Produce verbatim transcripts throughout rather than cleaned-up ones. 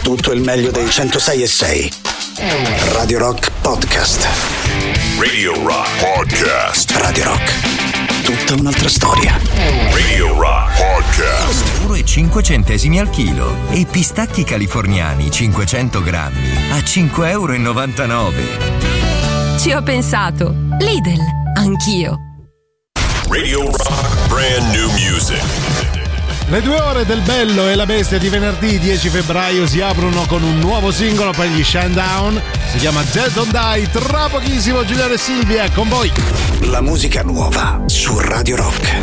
tutto il meglio dei centosei e sei. Radio Rock Podcast. Radio Rock Podcast. Radio Rock. Tutta un'altra storia. Radio Rock Podcast. uno e cinque centesimi al chilo e pistacchi californiani cinquecento grammi a cinque e novantanove euro. Ci ho pensato. Lidl, anch'io. Radio Rock Brand New Music. Le due ore del Bello e la Bestia di venerdì dieci febbraio si aprono con un nuovo singolo per gli Shinedown. Si chiama Dead Don't Die. Tra pochissimo Giuliano e Silvia con voi. La musica nuova su Radio Rock.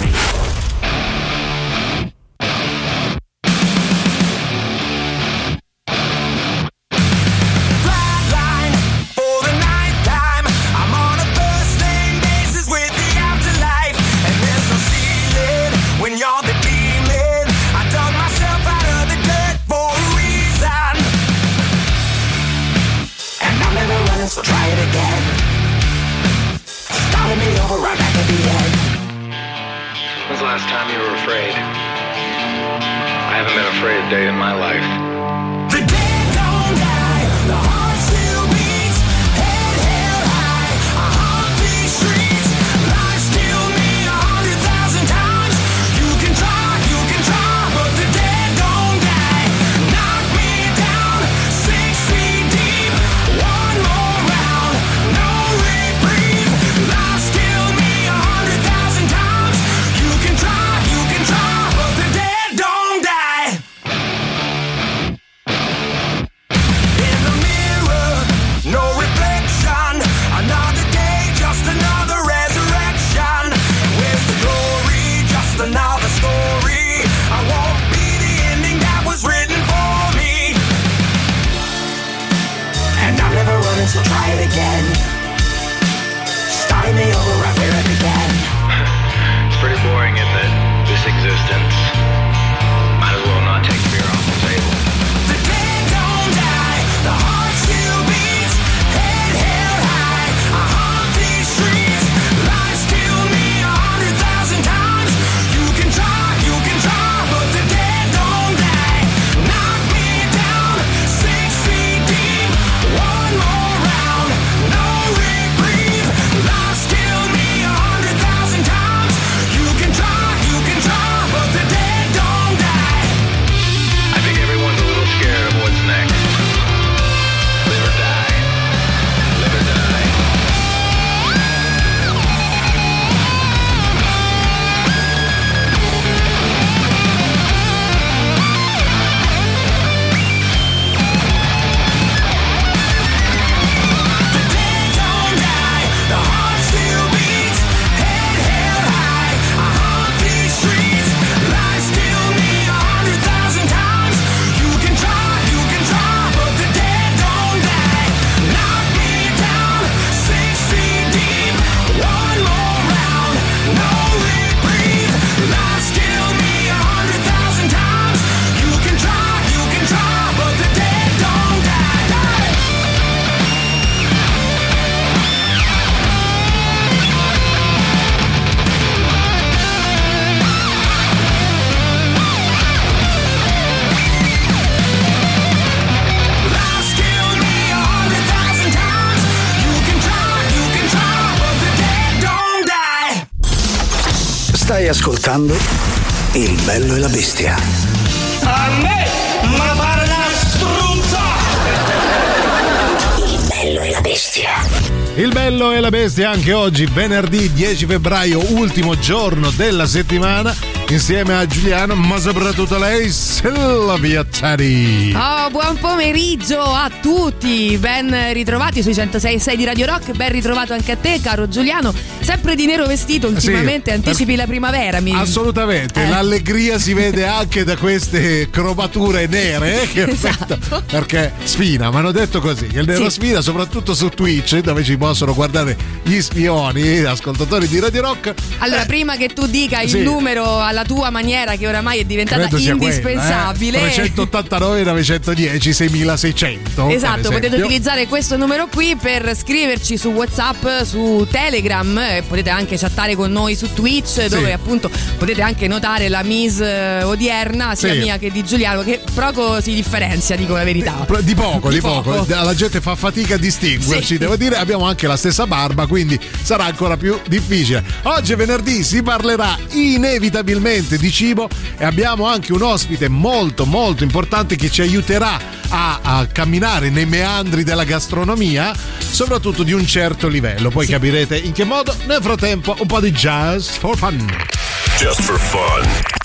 So try it again. Starting me over right back at the end. When's the last time you were afraid? I haven't been afraid a day in my life. The dead don't die, the heart still beats, head held high, I haunt these streets, lies kill me a hundred thousand times. You can try, you can try, but the dead don't die. Knock me down, six feet deep, one more. So try it again. Starting me over right where it began. It's pretty boring, isn't it? This existence. Might as well not take beer off the table. The dead don't die, the heart still beats, head held high, I haunt these streets, lies kill me a hundred thousand times. You can try, you can try, but the dead don't die. Knock me down, six feet deep, one more. Stai ascoltando Il Bello e la Bestia. A me, ma pare una struzza! Il Bello e la Bestia. Il Bello e la Bestia anche oggi, venerdì dieci febbraio, ultimo giorno della settimana, insieme a Giuliano, ma soprattutto a lei, Silvia Tari. Oh, buon pomeriggio a tutti, ben ritrovati sui centosei e sei di Radio Rock, ben ritrovato anche a te, caro Giuliano, sempre di nero vestito ultimamente, sì, anticipi per... la primavera. Mi... Assolutamente, eh. L'allegria si vede anche da queste cromature nere, che esatto. Perché sfina, mi hanno detto così, che il nero sì. Sfina soprattutto su Twitch, dove ci possono guardare gli spioni, ascoltatori di Radio Rock. Allora, eh. prima che tu dica il sì. numero alla alla tua maniera che oramai è diventata Credo sia indispensabile. quella, eh? trecentottantanove novecentodieci seimilaseicento. Esatto, potete utilizzare questo numero qui per scriverci su WhatsApp, su Telegram, e potete anche chattare con noi su Twitch, dove Sì. appunto potete anche notare la Miss eh, odierna, sia Sì. mia che di Giuliano, che poco si differenzia, dico la verità. Di poco, di, poco. La gente fa fatica a distinguerci, Sì. devo dire. Abbiamo anche la stessa barba, quindi sarà ancora più difficile. Oggi è venerdì, si parlerà inevitabilmente di cibo e abbiamo anche un ospite molto molto importante che ci aiuterà a, a camminare nei meandri della gastronomia, soprattutto di un certo livello. Poi Sì. capirete in che modo. Nel frattempo un po' di jazz for fun. Just for fun.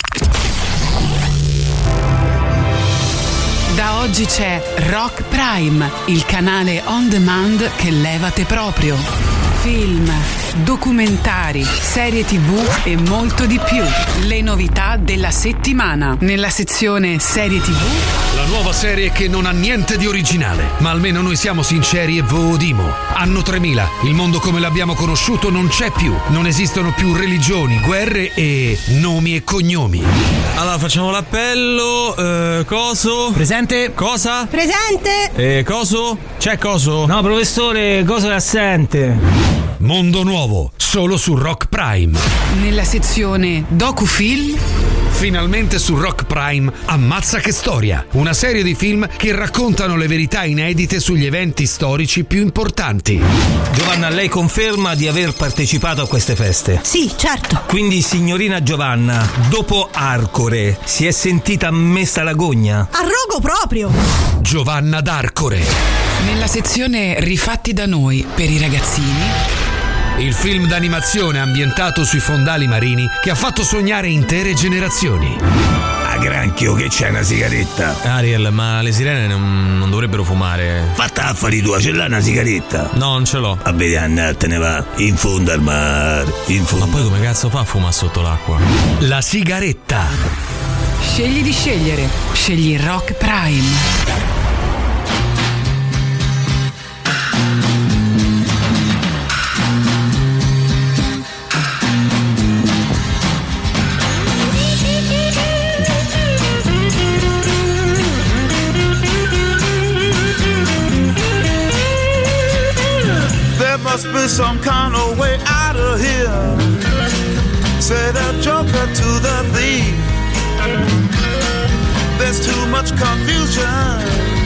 Da oggi c'è Rock Prime, il canale on demand che levate proprio. Film, documentari, serie tv e molto di più. Le novità della settimana. Nella sezione serie tv, La nuova serie che non ha niente di originale, ma almeno noi siamo sinceri e vodimo. Anno tremila, il mondo come l'abbiamo conosciuto non c'è più. Non esistono più religioni, guerre e nomi e cognomi. Allora facciamo l'appello. Eh, coso? Presente? Cosa? Presente! Eh, coso? C'è coso? No, professore, cosa è assente? Mondo nuovo, solo su Rock Prime. nella sezione docufilm, Finalmente su Rock Prime Ammazza che storia, una serie di film che raccontano le verità inedite sugli eventi storici più importanti. Giovanna, lei conferma di aver partecipato a queste feste? Sì, certo. Quindi, signorina Giovanna, dopo Arcore, si è sentita messa la gogna? A rogo proprio! Giovanna d'Arcore. nella sezione rifatti da noi per i ragazzini, Il film d'animazione ambientato sui fondali marini che ha fatto sognare intere generazioni. A granchio che c'è una sigaretta. Ariel, ma le sirene non, non dovrebbero fumare. Fatta affari tua, ce l'hai una sigaretta? No, non ce l'ho. A vedere, andatene va. In fondo al mare. In fondo. Ma poi come cazzo fa a fumare sotto l'acqua? La sigaretta. scegli di scegliere, scegli Rock Prime. There must be some kind of way out of here, said the joker to the thief. There's too much confusion,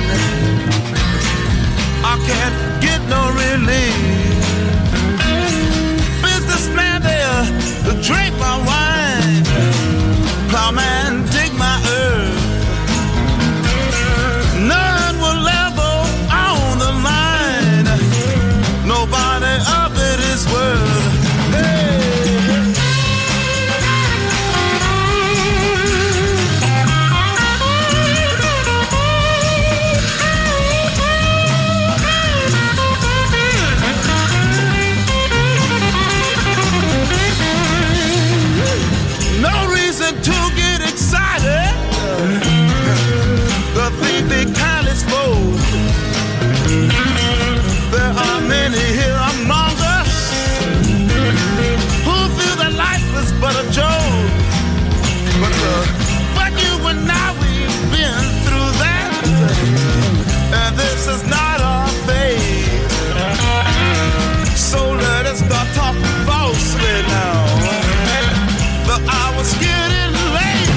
I can't get no relief. Businessman there to drink my wine, plowman dig my earth. None will level on the line, nobody of it is worth. Hey. No reason to get excited, the thief they kindly spoke. There are many here among us who feel that life is but a joke. But, uh, but you and I, we've been through that, and this is not our fate. So let us not talk falsely now. The hour's getting late.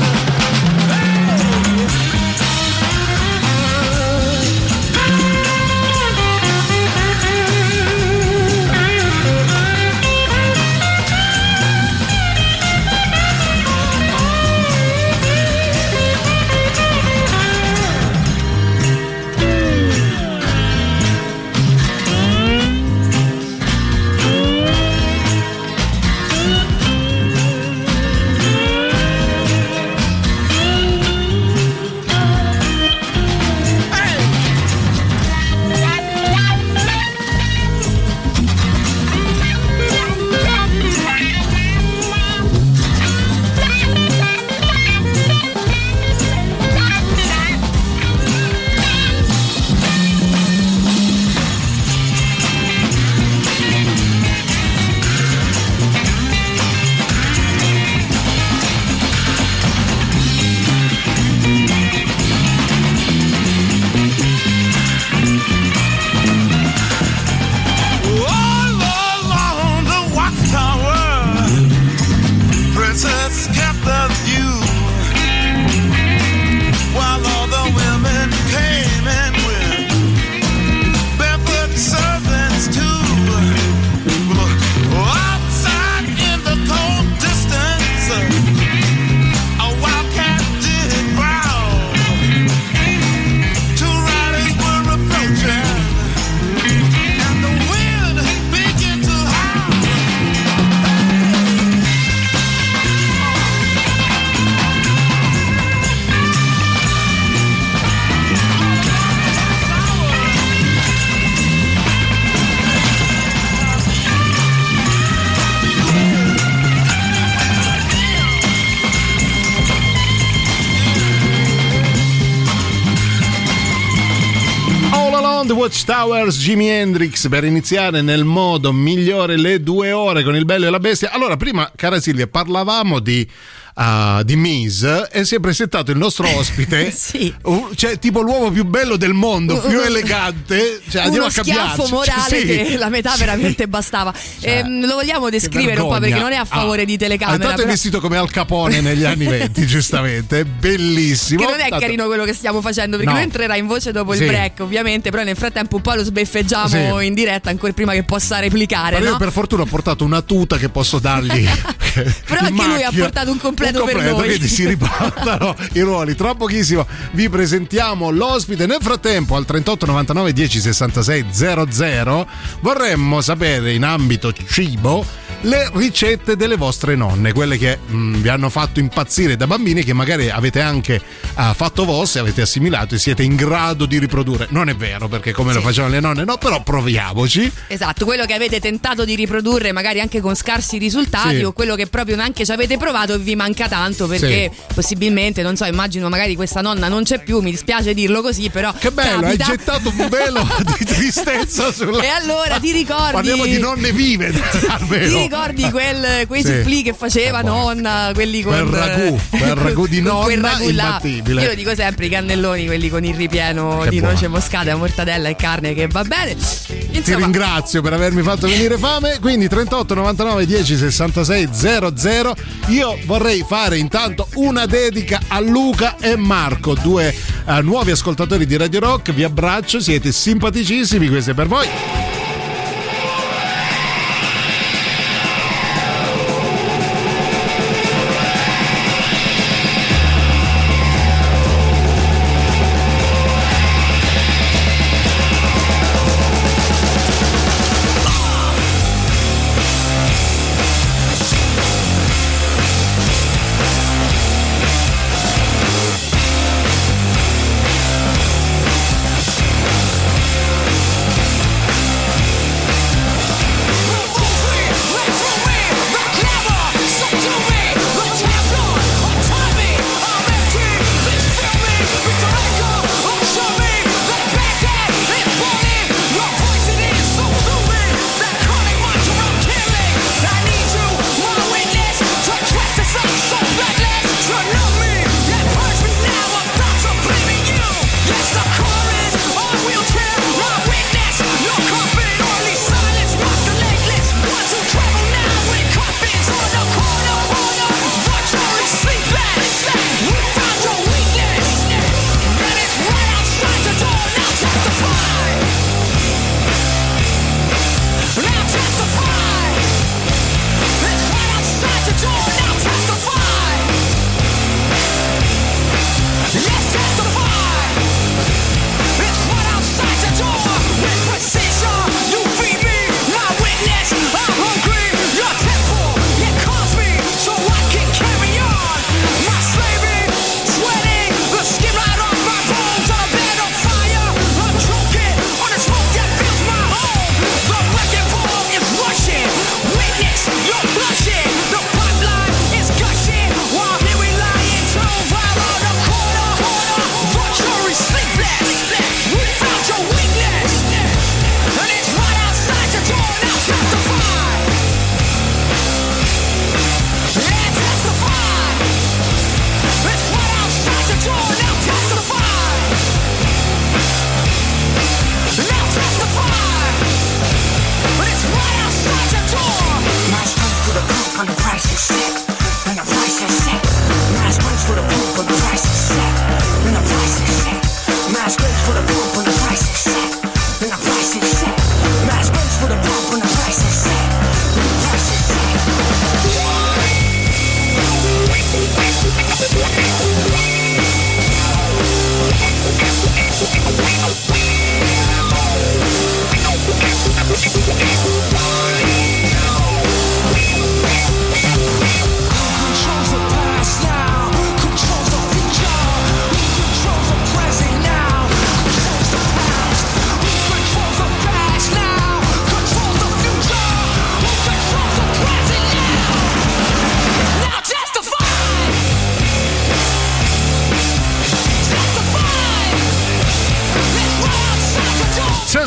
Malone, The Watchtowers, Jimi Hendrix, per iniziare nel modo migliore le due ore con il bello e la bestia. Allora, prima, cara Silvia, parlavamo di Uh, di Miss e si è presentato il nostro ospite sì. uh, cioè tipo l'uomo più bello del mondo, più uh, elegante, cioè uno andiamo a schiaffo morale sì. che la metà sì. veramente bastava. Cioè, ehm, lo vogliamo descrivere un po' perché non è a favore ah, di telecamera, intanto però... è vestito come Al Capone negli anni venti, giustamente, bellissimo. Che non è tanto... carino quello che stiamo facendo, perché no. lui entrerà in voce dopo sì. il break ovviamente, però nel frattempo un po' lo sbeffeggiamo sì. in diretta ancora prima che possa replicare, però no? io per fortuna ho portato una tuta che posso dargli però anche macchia, lui ha portato un completo, un completo per noi, quindi si ribaltano i ruoli. Tra pochissimo vi presentiamo l'ospite. Nel frattempo al trentotto novantanove dieci sessantasei zero zero vorremmo sapere in ambito cibo le ricette delle vostre nonne, quelle che mh, vi hanno fatto impazzire da bambini, che magari avete anche uh, fatto vostre, avete assimilato e siete in grado di riprodurre. Non è vero, perché come sì. lo facevano le nonne, no, però proviamoci. Esatto, quello che avete tentato di riprodurre magari anche con scarsi risultati, sì. o quello che proprio neanche ci avete provato e vi manca tanto perché sì. possibilmente, non so, immagino magari questa nonna non c'è più, mi dispiace dirlo così, però che bello, capita. Hai gettato un velo di tristezza sulla... E allora ti ricordi, parliamo di nonne vive almeno. Ti ricordi quel, quei sì. supplì che faceva nonna, quelli con quel ragù, quel ragù di nonna quel ragù imbattibile. Io lo dico sempre, i cannelloni, quelli con il ripieno che di buono. Noce moscata, mortadella e carne, che va bene. Insomma, ti ringrazio per avermi fatto venire fame. Quindi trentotto novantanove dieci sessantasei zero zero. Io vorrei fare intanto una dedica a Luca e Marco, due uh, nuovi ascoltatori di Radio Rock. Vi abbraccio, siete simpaticissimi, questo è per voi.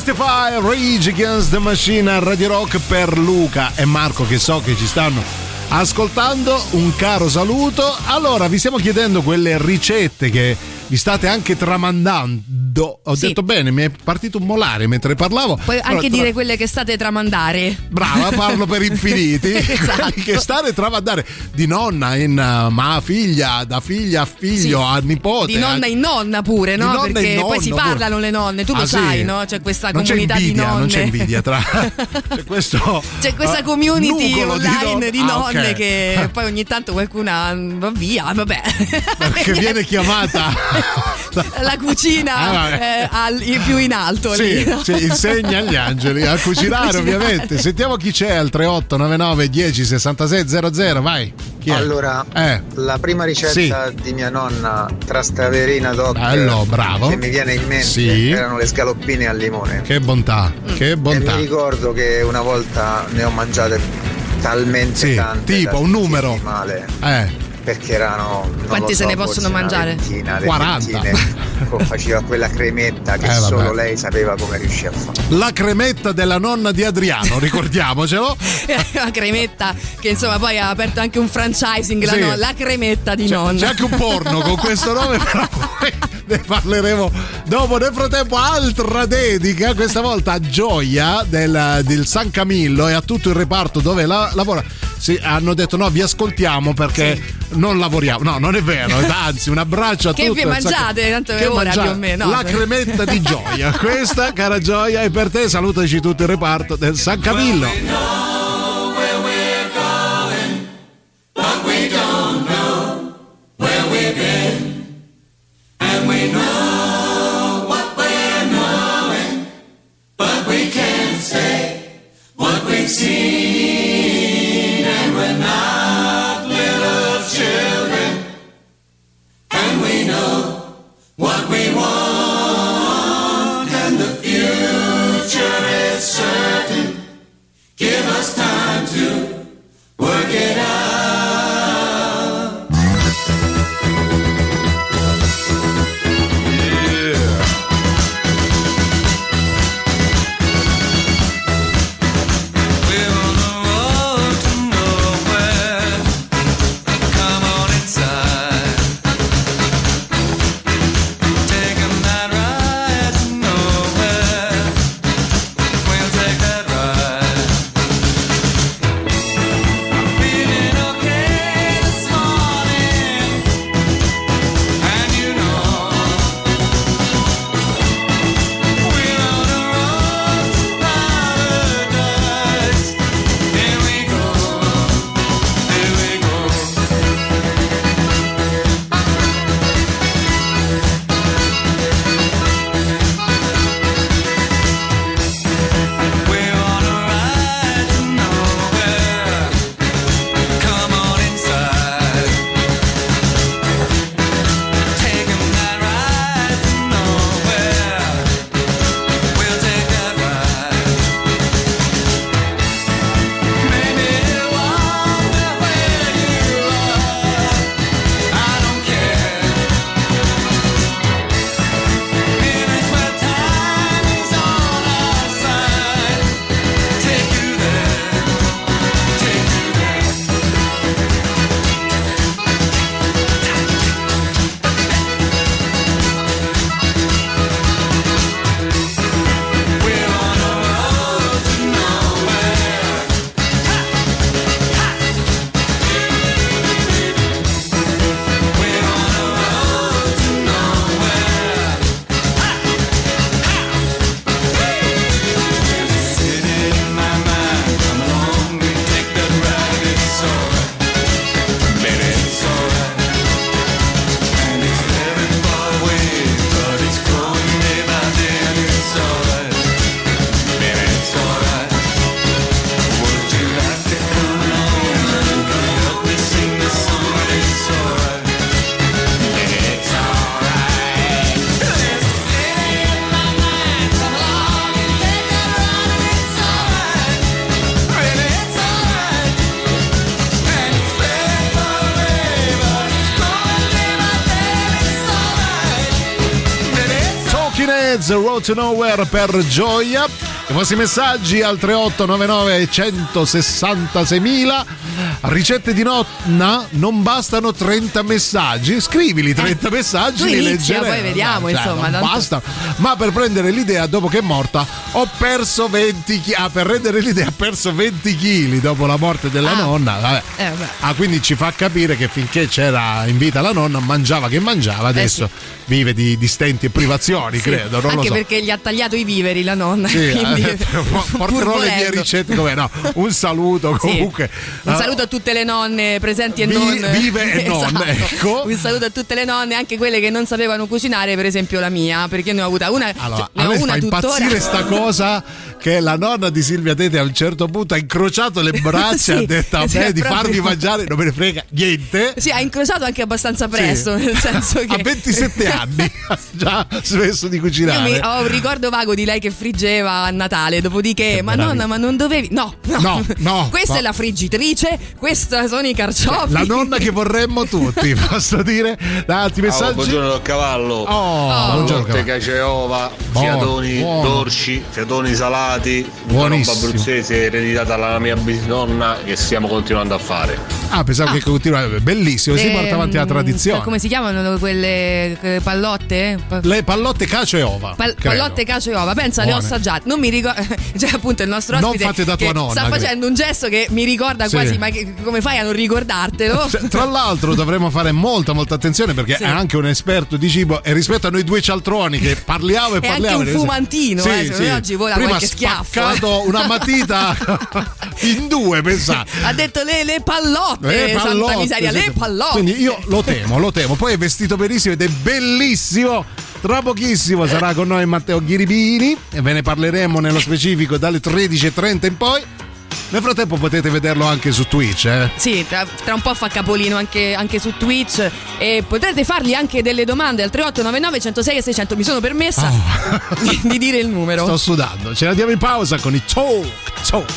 Justify, Rage Against the Machine a Radio Rock per Luca e Marco, che so che ci stanno ascoltando. Un caro saluto. Allora, vi stiamo chiedendo quelle ricette che vi state anche tramandando. Ho sì. detto bene, mi è partito un molare mentre parlavo. Puoi anche allora, dire tra... quelle che state tramandare. Brava, parlo per infiniti. Esatto. Che state tramandare di nonna in uh, ma figlia, da figlia a figlio, sì. a nipote. Di nonna a... in nonna pure, no? Perché nonno, poi si pure. parlano le nonne, tu ah, lo sì. sai, no? C'è questa non comunità c'è invidia, di nonne. Non c'è invidia tra c'è questo c'è questa community uh, online di, non... di nonne ah, okay. che poi ogni tanto qualcuna va via, vabbè. Perché viene chiamata la cucina ah, eh, al, più in alto sì, lì, no? sì, insegna agli angeli a cucinare, ovviamente. Sentiamo chi c'è al tre otto nove nove dieci sessantasei zero zero, vai. Chi è? Allora, eh. la prima ricetta sì. di mia nonna, trastaverina doc, bello, bravo, che mi viene in mente sì. erano le scaloppine al limone. Che bontà, mm. che bontà. E mi ricordo che una volta ne ho mangiate talmente sì, tante tipo un numero male. Eh. Perché erano quanti so, se ne possono mangiare? Ventina, quaranta faceva quella cremetta che eh, solo lei sapeva come riuscire a fare. La cremetta della nonna di Adriano, ricordiamocelo. La cremetta che insomma poi ha aperto anche un franchising, sì. la, no, la cremetta di c'è, nonna. C'è anche un porno con questo nome, però poi ne parleremo dopo. Nel frattempo altra dedica, questa volta a Gioia del, del San Camillo e a tutto il reparto dove la, lavora. Sì, hanno detto no, vi ascoltiamo perché sì. non lavoriamo. No, non è vero, anzi un abbraccio a che tutti. Che vi mangiate, tanto è ora più o meno. La cremetta di Gioia, questa cara Gioia è per te, salutaci tutto il reparto del San Camillo. What we want and the future is certain. Give us Gomez, Road to Nowhere per Gioia. I vostri messaggi al tre otto nove nove uno sei seimila. Ricette di nonna, non bastano trenta messaggi, scrivili trenta eh, messaggi, li inizia, leggeremo. poi vediamo, cioè, insomma, non tanto... basta. Ma per prendere l'idea, dopo che è morta, ho perso venti chili. Ah, per rendere l'idea, ha perso venti chili dopo la morte della ah. nonna. Vabbè. Eh, vabbè. Ah, quindi ci fa capire che finché c'era in vita la nonna, mangiava che mangiava, adesso eh sì. vive di, di stenti e privazioni, sì. credo. Non Anche lo so. perché gli ha tagliato i viveri la nonna. Sì, quindi, eh, porterò le mie ricette come no. Un saluto comunque. Sì. Un saluto a tutte le nonne presenti e Vi, non vive e non, esatto. ecco. Un saluto a tutte le nonne, anche quelle che non sapevano cucinare, per esempio la mia, perché ne ho avuta una. Allora, ne a me ho una fa tuttora. impazzire sta cosa che la nonna di Silvia Tete a un certo punto ha incrociato le braccia sì, e ha detto a sì, me di proprio... farvi mangiare, non me ne frega niente. Sì, ha incrociato anche abbastanza presto, sì. nel senso che a ventisette anni ha già smesso di cucinare. Io mi, ho un ricordo vago di lei che friggeva a Natale, dopodiché, che ma meraviglia. nonna, ma non dovevi. No, no, no, no questa no. è la friggitrice, questa sono i carciofi. La nonna che vorremmo tutti, posso dire? Tanti messaggi. Oh, buongiorno al cavallo. Oh, oh. buongiorno Latte, caceova, fiatoni dolci, fiatoni salati. Una roba abruzzese ereditata dalla mia bisnonna che stiamo continuando a fare. Ah, pensavo ah. che continuava. Bellissimo, si Le, porta avanti la tradizione. Come si chiamano quelle pallotte? Le pallotte cacio e ova. Pal- pallotte cacio e ova, pensa, Buone. Le ho assaggiate. Non mi ricordo. Cioè, appunto, il nostro ospite non fate da tua che nonna, sta credo. facendo un gesto che mi ricorda sì. quasi, ma che, come fai a non ricordartelo? Tra l'altro dovremmo fare molta molta attenzione perché sì. è anche un esperto di cibo e rispetto a noi due cialtroni che parliamo e è parliamo. È anche un fumantino, sì, eh, sì. oggi vola Prima qualche schiaffo. Ha spaccato eh. una matita in due, pensate. Ha detto le, le pallotte, le pallotte, santa miseria, sì. le pallotte. Quindi io lo temo, lo temo. Poi è vestito benissimo ed è bellissimo. Tra pochissimo sarà con noi Matteo Ghiribini e ve ne parleremo nello specifico dalle tredici e trenta in poi. Nel frattempo potete vederlo anche su Twitch, eh? Sì, tra, tra un po' fa capolino anche, anche su Twitch e potrete fargli anche delle domande al tre otto nove nove uno zero sei seicento. Mi sono permessa oh. di, di dire il numero. Sto sudando. Ce la diamo in pausa con i Talk Talk.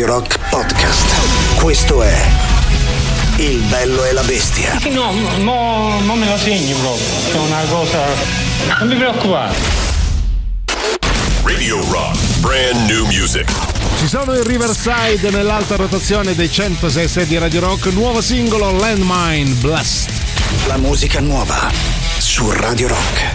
Radio Rock Podcast. Questo è Il bello e la bestia. No, no, non me la segni proprio. È una cosa. Non mi preoccupare. Radio Rock, brand new music. Ci sono in Riverside nell'alta rotazione dei centosei e sei di Radio Rock, nuovo singolo Landmine Blast. La musica nuova su Radio Rock.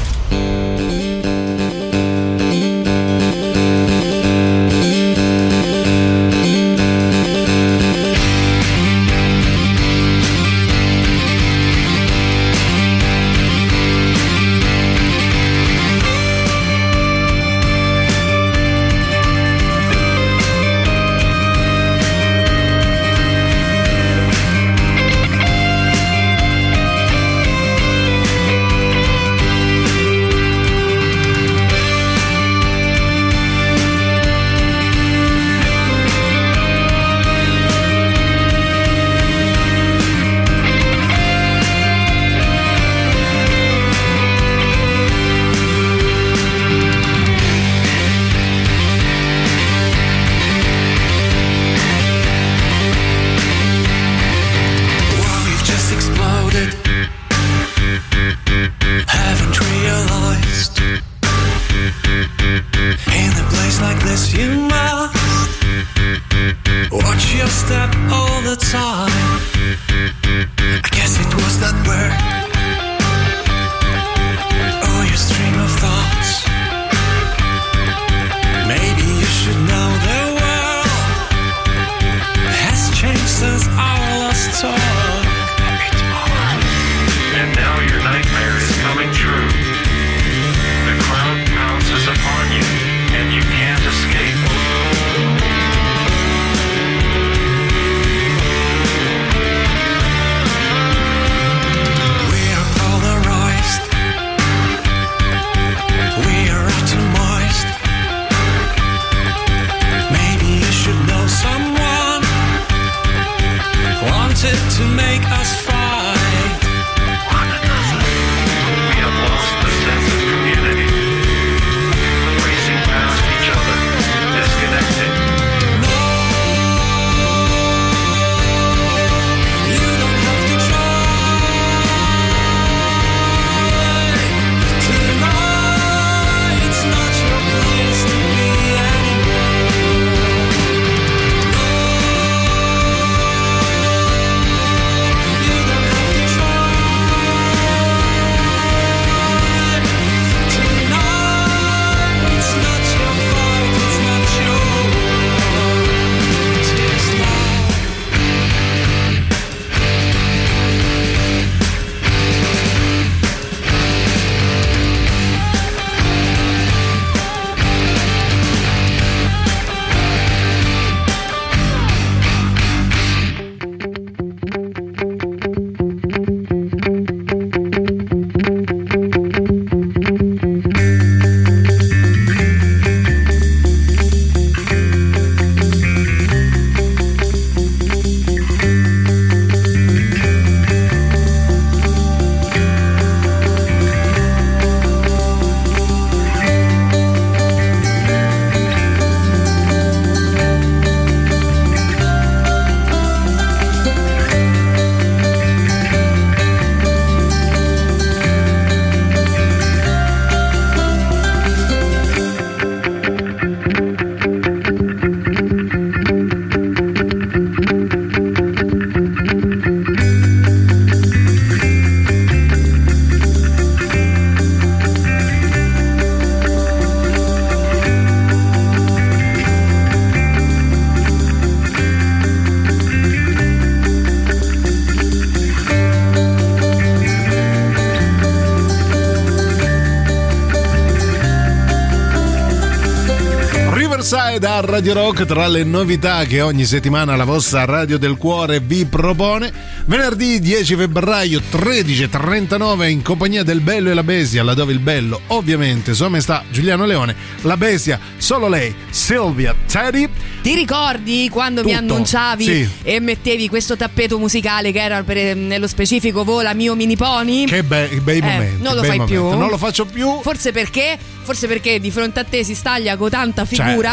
Da Radio Rock, tra le novità che ogni settimana la vostra Radio del Cuore vi propone. Venerdì dieci febbraio tredici e trentanove in compagnia del Bello e la Bestia, laddove il Bello ovviamente Sua Maestà Giuliano Leone, la Bestia solo lei, Silvia Teddy. Ti ricordi quando Tutto, mi annunciavi sì. e mettevi questo tappeto musicale che era per, nello specifico Vola mio mini pony? Che bei, bei eh, momenti. Non lo bei fai momenti. più? Non lo faccio più. Forse perché? Forse perché di fronte a te si staglia con tanta figura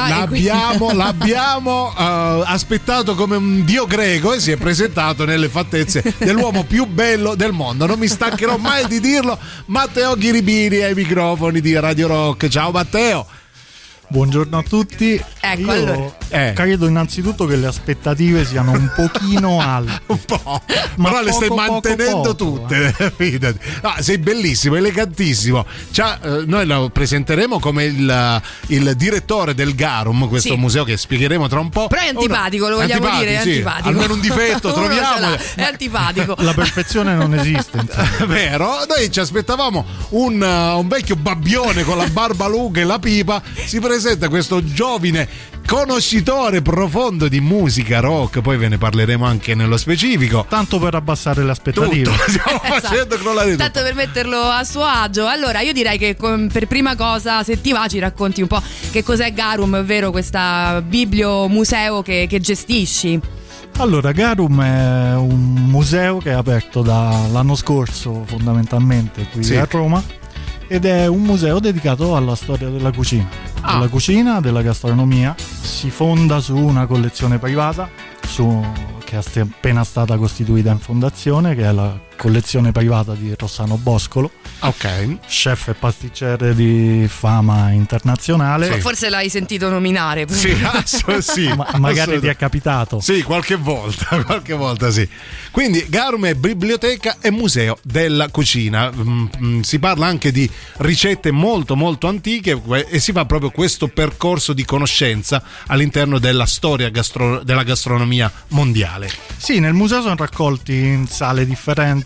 l'abbiamo, quindi... l'abbiamo uh, aspettato come un dio greco e si è presentato nelle fattezze dell'uomo più bello del mondo. Non mi stancherò mai di dirlo. Matteo Ghiribini ai microfoni di Radio Rock. Ciao Matteo. Buongiorno a tutti. Ecco, Io allora. Eh. credo innanzitutto che le aspettative siano un pochino alte. Un po', ma però le stai poco, mantenendo poco, poco, tutte. Fidati. No, sei bellissimo, elegantissimo. Cioè, eh, noi lo presenteremo come il, il direttore del Garum, questo Sì. museo che spiegheremo tra un po'. Però è antipatico, Uno- lo vogliamo antipatico, dire, è sì. antipatico. Almeno un difetto Uno ce troviamo. l'ha, è antipatico. La perfezione non esiste, insomma. Vero? Noi ci aspettavamo un, uh, un vecchio babbione con la barba lunga e la pipa. Si presenta questo giovine conoscitore profondo di musica rock, poi ve ne parleremo anche nello specifico. Tanto per abbassare le aspettative. Tutto, stiamo Esatto. facendo crollare tutto. Tanto per metterlo a suo agio. Allora, io direi che com- per prima cosa, se ti va, ci racconti un po' che cos'è Garum, ovvero questa bibliomuseo che, che gestisci. Allora, Garum è un museo che è aperto dall'anno scorso fondamentalmente qui Sì. a Roma ed è un museo dedicato alla storia della cucina, Ah. della cucina, della gastronomia. Si fonda su una collezione privata su, che è st- appena stata costituita in fondazione, che è la collezione privata di Rossano Boscolo, Ok. chef e pasticcere di fama internazionale. Ma forse l'hai sentito nominare. Sì, ass- sì, Ma- magari assolutamente. ti è capitato. Sì, qualche volta, qualche volta sì. Quindi Garum è biblioteca e museo della cucina. Mm, mm, si parla anche di ricette molto molto antiche e si fa proprio questo percorso di conoscenza all'interno della storia gastro- della gastronomia mondiale. Sì, nel museo sono raccolti in sale differenti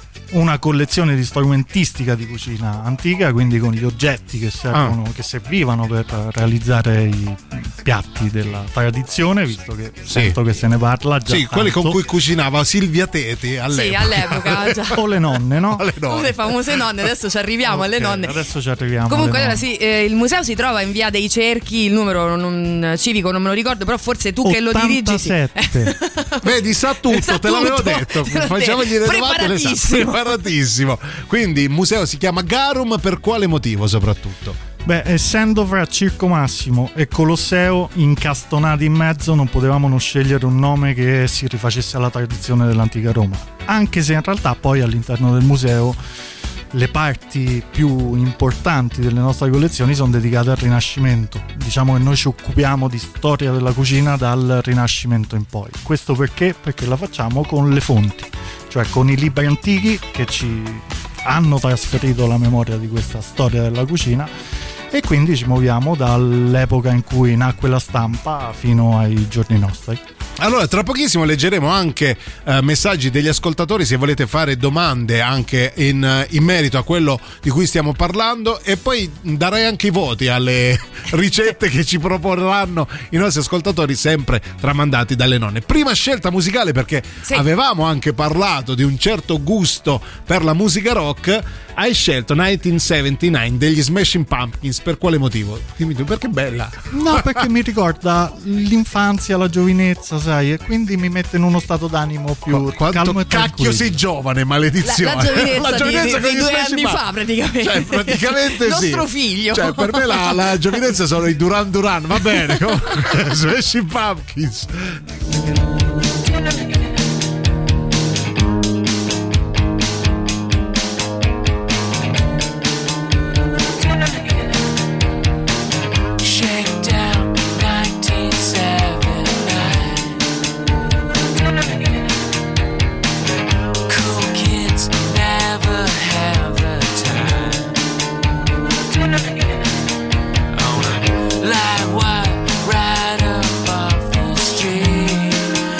una collezione di strumentistica di cucina antica, quindi con gli oggetti che servono, Ah. che servivano per realizzare i piatti della tradizione, visto che sento che se ne parla già Sì, quelli con tanto. cui cucinava Silvia Teti all'epoca. Sì, all'epoca già. O le nonne, no? Le nonne. Le famose nonne, adesso ci arriviamo alle Ok, nonne. Adesso ci arriviamo. Comunque, alle allora nonne. sì, eh, il museo si trova in via dei Cerchi, il numero non, civico non me lo ricordo, però forse tu che lo dirigi. Sì. ottantasette. Vedi, sa tutto, Sa te l'avevo tutto. detto. Te l'ho Facciamogli detto. le domande, le sa. Preparatissimo. Preparatissimo. Quindi il museo si chiama Garum per quale motivo soprattutto? Beh, essendo fra Circo Massimo e Colosseo incastonati in mezzo, non potevamo non scegliere un nome che si rifacesse alla tradizione dell'antica Roma. Anche se in realtà poi all'interno del museo le parti più importanti delle nostre collezioni sono dedicate al Rinascimento. Diciamo che noi ci occupiamo di storia della cucina dal Rinascimento in poi. Questo perché? Perché la facciamo con le fonti, cioè con i libri antichi che ci hanno trasferito la memoria di questa storia della cucina, e quindi ci muoviamo dall'epoca in cui nacque la stampa fino ai giorni nostri. Allora, tra pochissimo leggeremo anche eh, messaggi degli ascoltatori se volete fare domande anche in, in merito a quello di cui stiamo parlando, e poi darei anche i voti alle ricette che ci proporranno i nostri ascoltatori, sempre tramandati dalle nonne. Prima scelta musicale, perché Sì. avevamo anche parlato di un certo gusto per la musica rock. Hai scelto millenovecentosettantanove degli Smashing Pumpkins, per quale motivo? Dimmi tu, perché è bella. No, perché mi ricorda l'infanzia, la giovinezza, sai, e quindi mi mette in uno stato d'animo più Quanto calmo e cacchio tranquillo. sei giovane, maledizione. La- la giovinezza di- di- con di gli due Smashing anni Pumpkins. fa, praticamente. Cioè, praticamente sì. Nostro figlio. Cioè, per me la, la giovinezza sono i Duran Duran, va bene. Comunque, Smashing Pumpkins. Shakedown nineteen seventy-nine. Cool kids never have a time. On a light wire right up off the street.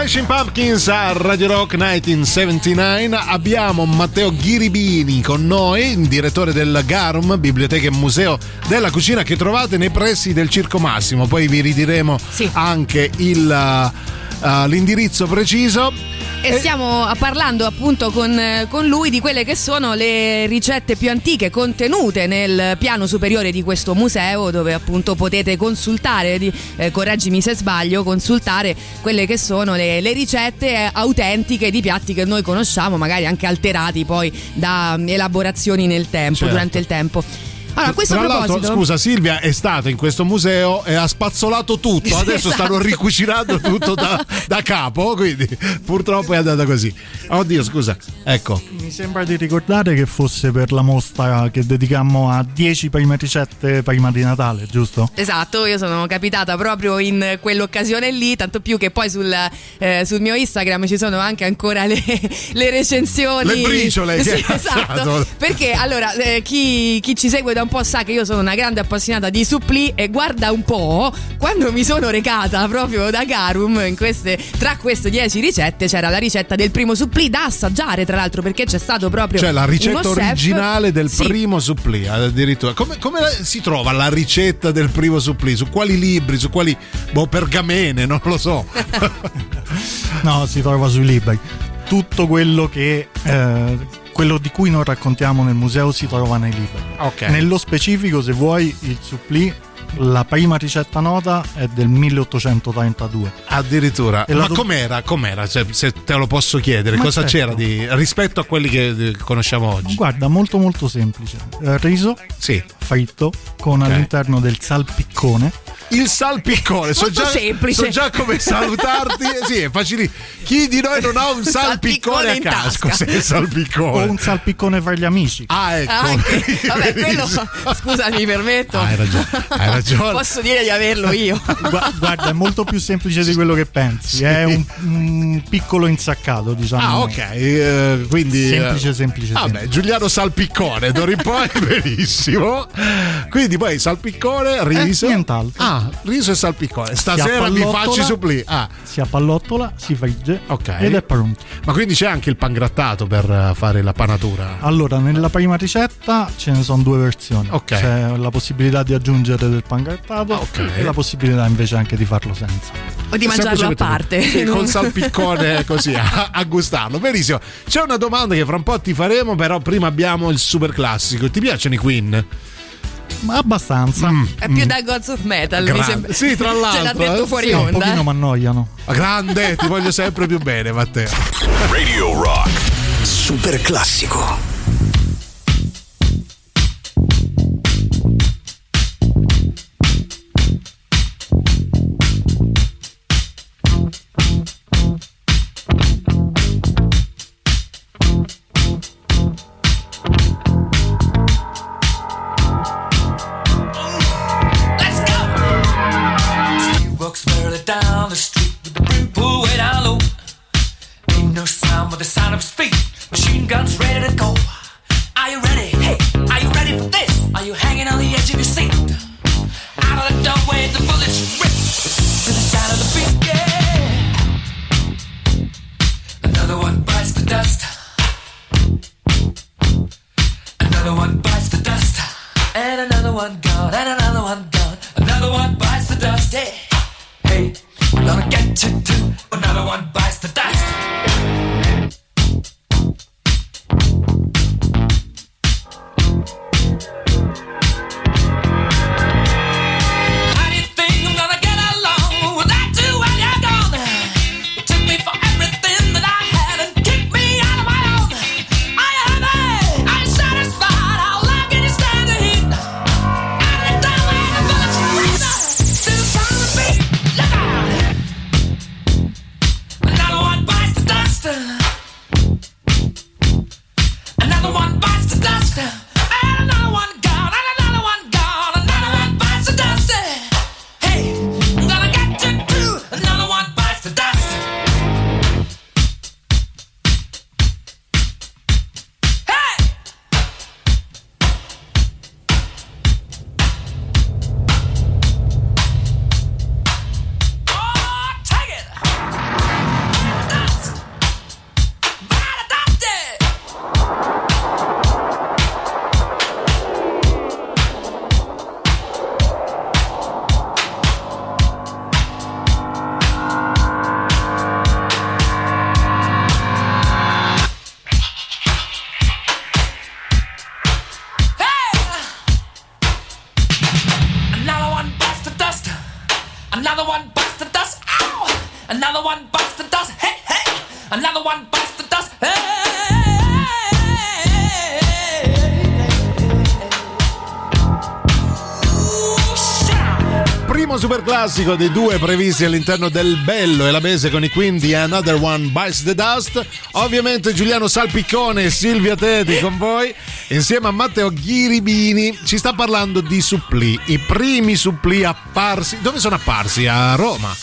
Smashing Pumpkins a Radio Rock millenovecentosettantanove. Abbiamo Matteo Ghiribini con noi, direttore del Garum, biblioteca e museo della cucina, che trovate nei pressi del Circo Massimo. Poi vi ridiremo sì. anche il, uh, l'indirizzo preciso. E stiamo parlando appunto con, con lui di quelle che sono le ricette più antiche contenute nel piano superiore di questo museo, dove appunto potete consultare, di, eh, correggimi se sbaglio, consultare quelle che sono le, le ricette autentiche di piatti che noi conosciamo, magari anche alterati poi da elaborazioni nel tempo, certo. durante il tempo. Allora, questo Tra proposito... l'altro, scusa, Silvia è stata in questo museo e ha spazzolato tutto. Adesso esatto. stanno ricucinando tutto da, da capo, quindi purtroppo è andata così. Oddio, scusa, ecco. Mi sembra di ricordare che fosse per la mostra che dedicammo a dieci prime ricette prima di Natale, giusto? Esatto, io sono capitata proprio in quell'occasione lì, tanto più che poi sul, eh, sul mio Instagram ci sono anche ancora le, le recensioni. Le briciole. Sì, che esatto. Perché allora eh, chi, chi ci segue da un po' sa che io sono una grande appassionata di supplì, e guarda un po', quando mi sono recata proprio da Garum in queste, tra queste dieci ricette c'era la ricetta del primo supplì da assaggiare, tra l'altro, perché c'è stato proprio cioè la ricetta originale del sì. primo supplì, addirittura. Come, come si trova la ricetta del primo supplì? Su quali libri? Su quali boh, pergamene? Non lo so. No, si trova sui libri. Tutto quello che eh, quello di cui non raccontiamo nel museo si trova nei libri. Okay. Nello specifico, se vuoi, il supplì, la prima ricetta nota è del milleottocentotrentadue. Addirittura. E Ma do... com'era? Com'era? Cioè, se te lo posso chiedere, Ma cosa certo. c'era di rispetto a quelli che conosciamo oggi? Guarda, molto molto semplice. Eh, riso sì. fritto con okay. all'interno del salpiccone. Il salpiccone, so già, so già come salutarti. Sì, è facile. Chi di noi non ha un salpiccone, salpiccone a casa? Cos'è il salpiccone? O un salpiccone fra gli amici. Ah, ecco. Anche. Vabbè, quello, scusa, mi permetto. Ah, hai ragione, hai ragione. Posso dire di averlo io. Guarda, è molto più semplice di quello che pensi. Sì. È un, un piccolo insaccato, diciamo. Ah, ok. Uh, quindi semplice, semplice. Vabbè, semplice. Giuliano Salpiccone, d'ora in poi benissimo. Quindi poi salpiccone, riso. Eh, nient'altro. Ah, riso e salpiccone. Stasera mi faccio supplì. Ah. Si appallottola, si frigge okay. ed è pronto. Ma quindi c'è anche il pangrattato per fare la panatura? Allora, nella prima ricetta ce ne sono due versioni. Okay. C'è la possibilità di aggiungere del pangrattato okay. e la possibilità invece anche di farlo senza. O di mangiarlo a parte. Sì, con salpiccone così a, a gustarlo. Benissimo. C'è una domanda che fra un po' ti faremo, però prima abbiamo il super classico. Ti piacciono i Queen? Ma abbastanza. Mm. È più da Gods of Metal. Grande. Mi sembra. Sì, tra l'altro. Ce l'ha detto fuori sì, onda. Un pochino eh. mi annoiano. Grande, ti voglio sempre più bene, Matteo. Radio Rock. Super classico. Down the street with the brim pulled way down low. Ain't no sound but the sound of his feet. Machine guns ready to go. Are you ready? Hey, are you ready for this? Are you hanging on the edge of your seat? Out of the doorway, the bullets rip to the sound of the beat. Yeah. Another one bites the dust. Another one bites the dust. And another one gone. And another one gone. Another one bites the dust. Yeah. Hey, we're gonna get you too. Another one bites the dust. Another one bites the dust. Ow! Another one bites the dust. Hey, hey! Another one bites the dust. Hey! Primo super classico dei due previsti all'interno del Bello e la Mese con i quindi Another One Bites the Dust. Ovviamente Giuliano Salpiccone e Silvia Teti con voi insieme a Matteo Ghiribini. Ci sta parlando di supplì, i primi supplì apparsi. Dove sono apparsi? A Roma.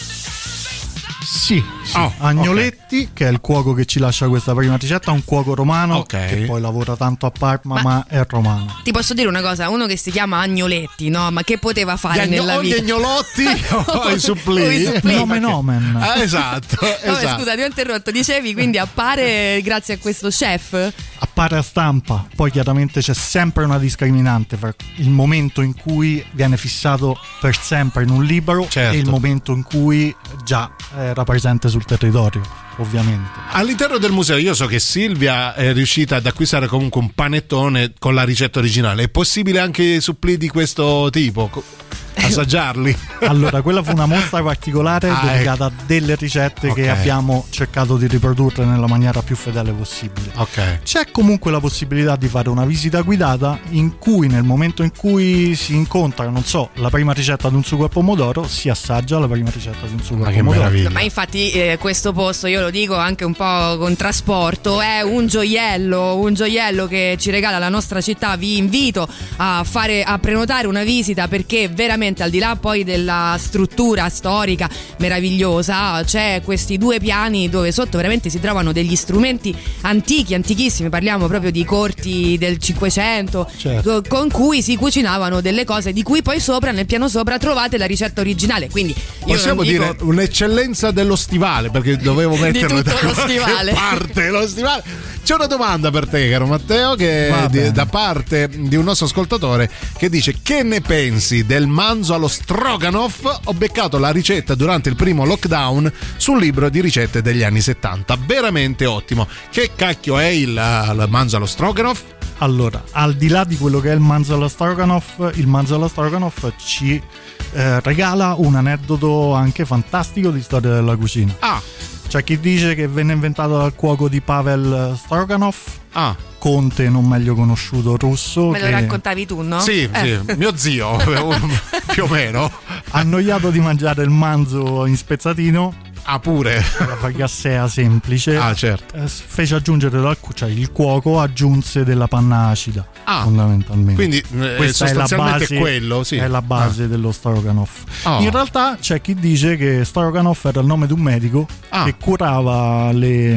Sì, sì. Oh, Agnoletti, okay. Che è il cuoco che ci lascia questa prima ricetta, un cuoco romano, okay, che poi lavora tanto a Parma, ma, ma è romano. Ti posso dire una cosa, uno che si chiama Agnoletti, no? Ma che poteva fare gli nella agno- vita? Gli agnolotti o i supplì? Nomen omen. Ah, esatto, Vabbè, esatto. scusa, ti ho interrotto, dicevi quindi appare grazie a questo chef? Appare a stampa, poi chiaramente c'è sempre una discriminante fra il momento in cui viene fissato per sempre in un libro, certo, e il momento in cui già era presente sul territorio, ovviamente. All'interno del museo io so che Silvia è riuscita ad acquistare comunque un panettone con la ricetta originale. È possibile anche supplì di questo tipo? Assaggiarli? Allora, quella fu una mostra particolare ah, dedicata ecco. a delle ricette, okay, che abbiamo cercato di riprodurre nella maniera più fedele possibile. Okay. C'è comunque la possibilità di fare una visita guidata in cui nel momento in cui si incontra, non so, la prima ricetta di un sugo a pomodoro, si assaggia la prima ricetta di un sugo Ma a che pomodoro. meraviglia. Ma infatti eh, questo posto, io lo dico anche un po' con trasporto, è un gioiello, un gioiello che ci regala la nostra città. Vi invito a fare, a prenotare una visita, perché veramente al di là poi della struttura storica meravigliosa, c'è questi due piani dove sotto veramente si trovano degli strumenti antichi, antichissimi, parliamo proprio di corti del Cinquecento, certo, con cui si cucinavano delle cose di cui poi sopra, nel piano sopra, trovate la ricetta originale. Quindi io possiamo dico... dire un'eccellenza dello stivale, perché dovevo metterlo di tutto da lo stivale. parte lo stivale. C'è una domanda per te, caro Matteo, che è di, da parte di un nostro ascoltatore che dice: che ne pensi del manzo allo stroganoff? Ho beccato la ricetta durante il primo lockdown sul libro di ricette degli anni settanta, veramente ottimo. Che cacchio è il, il manzo allo stroganoff? Allora, al di là di quello che è il manzo allo stroganoff, il manzo allo stroganoff ci eh, regala un aneddoto anche fantastico di storia della cucina. Ah, c'è chi dice che venne inventato dal cuoco di Pavel Stroganov, ah, conte non meglio conosciuto russo. Me che... lo raccontavi tu, no? Sì, eh. sì, mio zio, più o meno. Annoiato di mangiare il manzo in spezzatino, ah, pure la fagassea semplice, ah, certo, eh, fece aggiungere dal, cioè il cuoco aggiunse della panna acida, ah, fondamentalmente. Quindi eh, sostanzialmente è la base, quello, sì, è la base ah. dello stroganoff. Oh. In realtà c'è chi dice che stroganoff era il nome di un medico ah. che curava le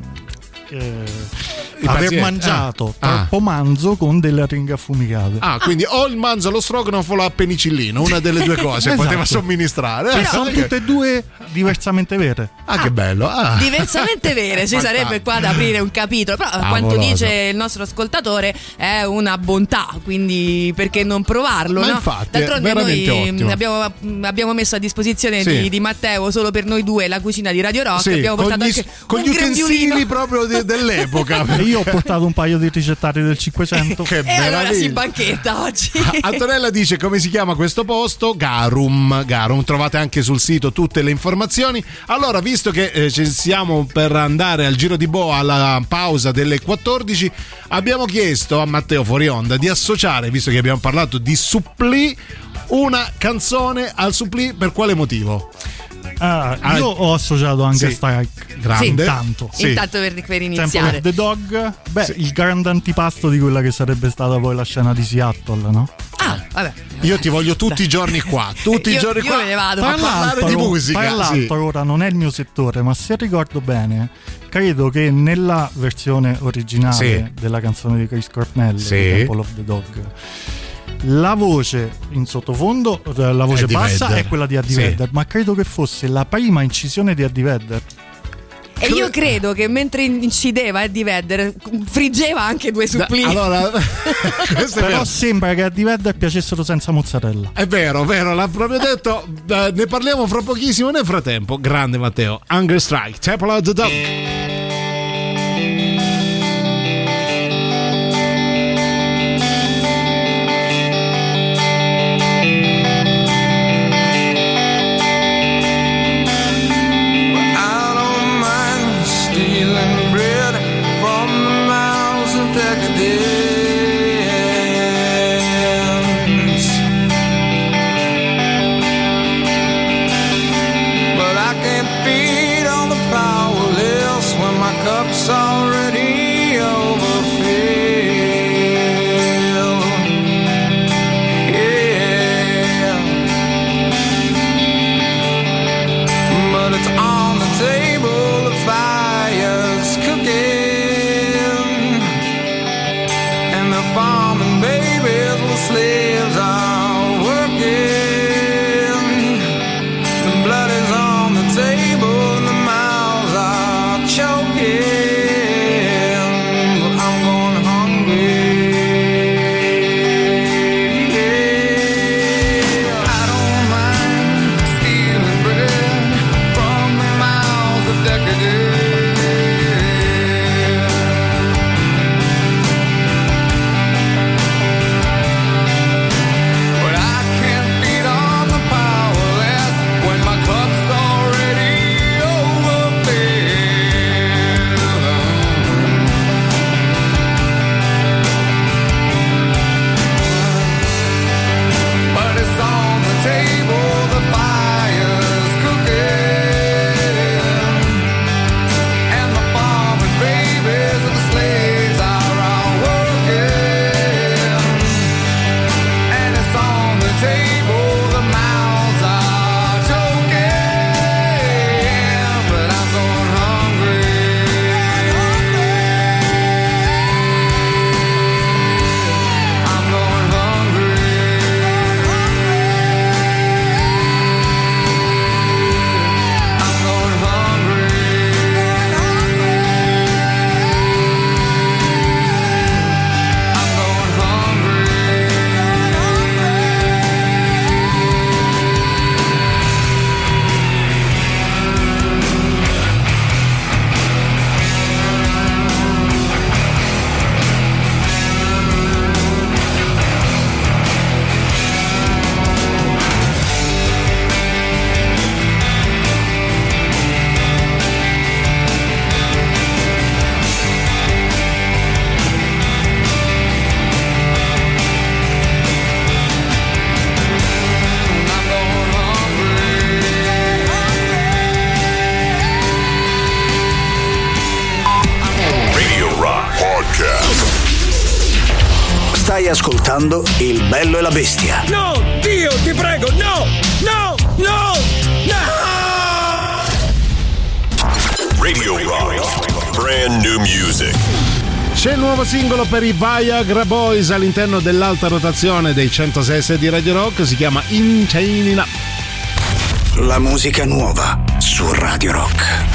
eh, aver pazienti. mangiato ah. troppo manzo con delle aringhe affumicate. Ah, quindi o il manzo allo stroganoff o la penicillina, una delle due cose esatto. poteva somministrare. Cioè, eh, sono che... tutte e due diversamente vere. Ah, ah che bello. Ah. Diversamente vere, ci sarebbe qua da aprire un capitolo. Però a quanto dice il nostro ascoltatore è una bontà, quindi perché non provarlo? Ma no? infatti, d'altronde noi ottimo. abbiamo, abbiamo messo a disposizione sì. di, di Matteo solo per noi due la cucina di Radio Rock. Sì, abbiamo portato con gli, anche con un gli utensili proprio di, dell'epoca. Io ho portato un paio di ricettari del Cinquecento. Che e meraviglia. allora si banchetta oggi. Antonella dice: come si chiama questo posto? Garum. Garum, trovate anche sul sito tutte le informazioni. Allora, visto che eh, ci siamo per andare al giro di boa alla pausa delle quattordici, abbiamo chiesto a Matteo fuori onda di associare, visto che abbiamo parlato di supplì, una canzone al supplì. Per quale motivo? Ah, ah, io ho associato anche sì. Strike. Grande. Intanto, sì. Intanto per, per iniziare. Temple of the Dog. Beh, sì. il grande antipasto di quella che sarebbe stata poi la scena di Seattle, no? Ah, vabbè. Io ti voglio tutti i giorni qua, tutti io, i giorni io qua me ne vado a parlare di musica. Tra l'altro, sì. ora non è il mio settore, ma se ricordo bene, credo che nella versione originale sì. della canzone di Chris Cornell, sì. Temple of the Dog, la voce in sottofondo, la voce Eddie bassa Vedder. È quella di Eddie sì. Vedder, ma credo che fosse la prima incisione di Eddie Vedder. E io credo che mentre incideva Eddie Vedder friggeva anche due supplì. Da, allora, però sembra che a Eddie Vedder piacessero senza mozzarella. È vero, vero, l'ha proprio detto. Eh, ne parliamo fra pochissimo. Nel frattempo, grande Matteo, Hunger Strike, Temple of the Dog. ascoltando Il Bello e la Bestia. No, Dio, ti prego, no, no, no, no! Radio Rock, brand new music. C'è il nuovo singolo per i Viagra Boys all'interno dell'alta rotazione dei centosei e sei di Radio Rock, si chiama Insane Enough. La musica nuova su Radio Rock.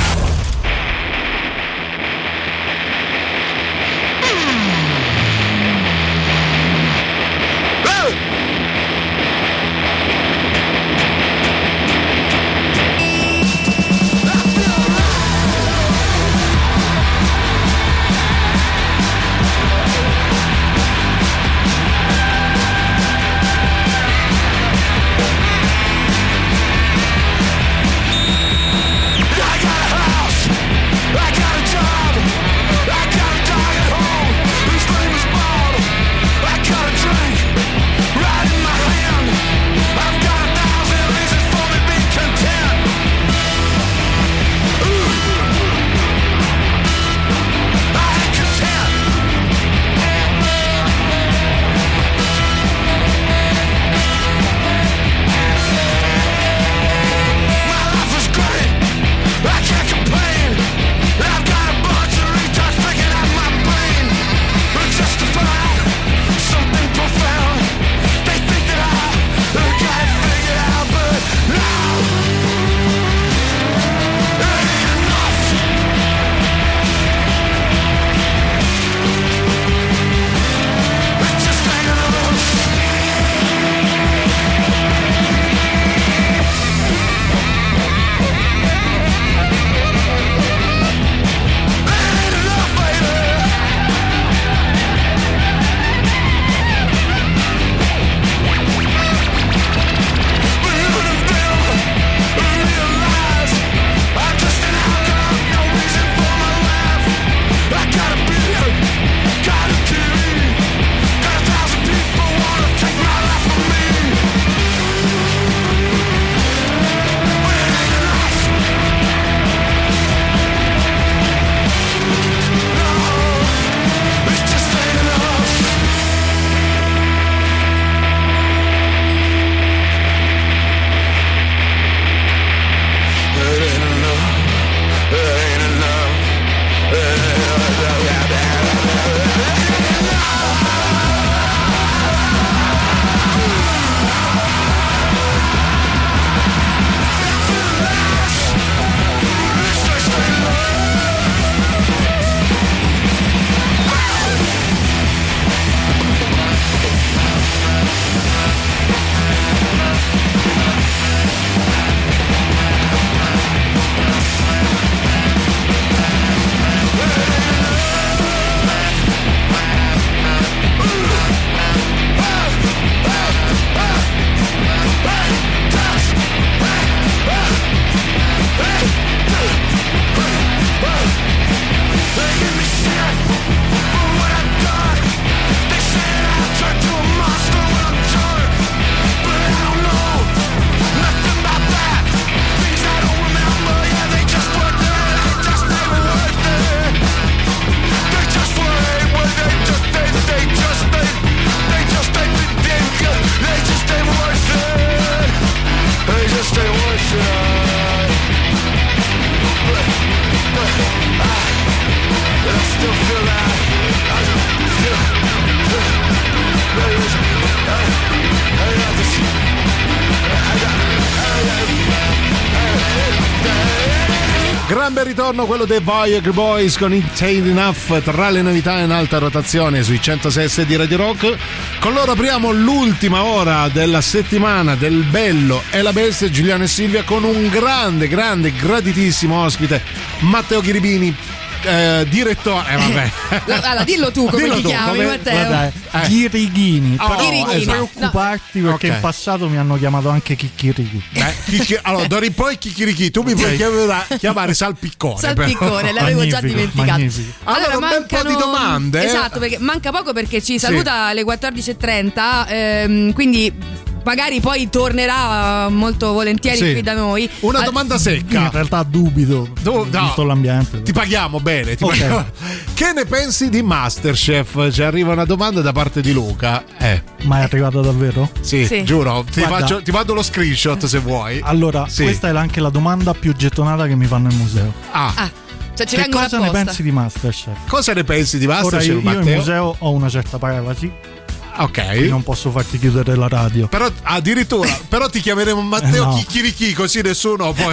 Gran bel ritorno quello dei Viagra Boys con Insane Enough tra le novità in alta rotazione sui centosei e sei di Radio Rock. Con loro apriamo l'ultima ora della settimana del Bello e la Bestia, Giuliano e Silvia, con un grande, grande, graditissimo ospite, Matteo Ghiribini, eh, direttore. Eh, vabbè. Allora, dillo tu come dillo ti tu, chiami, come... Matteo. Guarda, eh. Ghirighini. Oh, Però Ghirighini. non preoccuparti perché Ok. in passato mi hanno chiamato anche Chicchirichi. Beh, chicchi- allora, d'ora in poi Chicchirichi, tu mi puoi chiamare, chiamare Salpiccone. Salpiccone, però. l'avevo già Magnifico, dimenticato. magnifico. Allora, un bel po' di domande. Esatto, perché manca poco perché ci Sì. saluta alle quattordici e trenta, ehm, quindi magari poi tornerà molto volentieri Sì. qui da noi. Una Al- domanda secca. In realtà dubito, Tu- no. visto l'ambiente. Ti paghiamo bene, ti Ok. paghiamo. Che ne pensi di Masterchef? Ci arriva una domanda da parte di Luca. Eh. Ma è arrivata davvero? Sì, Sì. giuro. Ti, Guarda. faccio- ti mando lo screenshot se vuoi. Allora, Sì. questa è anche la domanda più gettonata che mi fanno in museo. Ah, Ah, cioè ci Che vengono cosa ne apposta. pensi di Masterchef? cosa ne pensi di Ora Masterchef, io, io in Matteo? museo ho una certa privacy, Ok. quindi non posso farti chiudere la radio. Però addirittura, però ti chiameremo Matteo No. Chicchirichi, così nessuno poi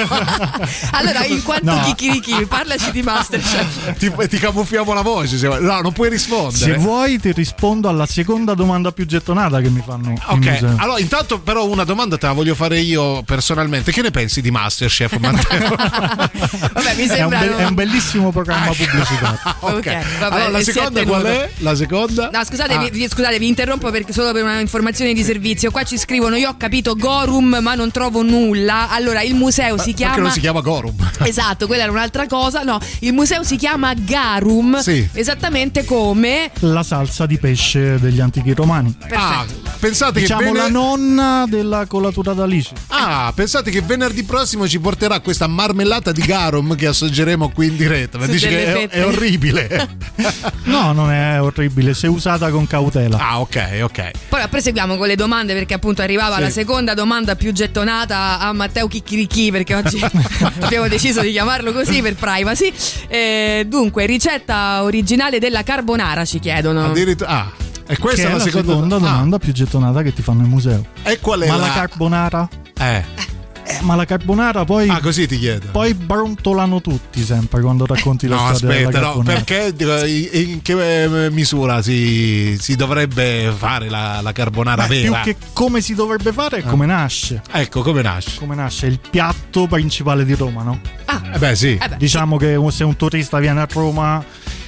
Allora, in quanto No. chicchirichi, parlaci di Masterchef. ti, ti camuffiamo la voce. Se vuoi. No, non puoi Se rispondere. vuoi ti rispondo alla seconda domanda più gettonata che mi fanno in Ok, museo. allora intanto però una domanda te la voglio fare io personalmente. Che ne pensi di Masterchef, Matteo? Vabbè, mi È un, sembra. be- è un bellissimo programma pubblicitario. ok, Ok, vabbè, allora la si è seconda tenuto. qual è? La seconda? No, scusatevi, Ah. vi, scusate, vi interrompo perché solo per una informazione di servizio. Qua ci scrivono: io ho capito Gorum, ma non trovo nulla. Allora, il museo Ma si perché chiama. non si chiama Gorum? Esatto, quella era un'altra cosa. No, il museo si chiama Garum. Sì. Esattamente come. La salsa di pesce degli antichi romani. Ah, pensate Diciamo che vene- la nonna della colatura d'Alice. Ah, pensate che venerdì prossimo ci porterà questa marmellata di garum che assaggeremo qui in diretta. Ma Su dici delle che è, fette. è orribile. No, non è orribile, se usata con cautela. Ah, ok, ok. Poi proseguiamo con le domande perché appunto arrivava Sì. la seconda domanda più gettonata a Matteo Chicchirichi, perché oggi abbiamo deciso di chiamarlo così per privacy. Eh, dunque, ricetta originale della carbonara ci chiedono. Addirittura. Ah, e questa Che è la seconda, Ah, domanda più gettonata che ti fanno in museo. E qual è Ma la... la carbonara? Eh. Eh, ma la carbonara poi. Ah, così ti chiedo. Poi brontolano tutti sempre quando racconti la No, storia aspetta, della no, carbonara. perché dico, in in che eh, misura si, si dovrebbe fare la, la carbonara Beh, vera? più che come si dovrebbe fare è come nasce. Ecco, come nasce? Come nasce il piatto principale di Roma, no? Eh beh, sì. Eh beh, Diciamo che se un turista viene a Roma,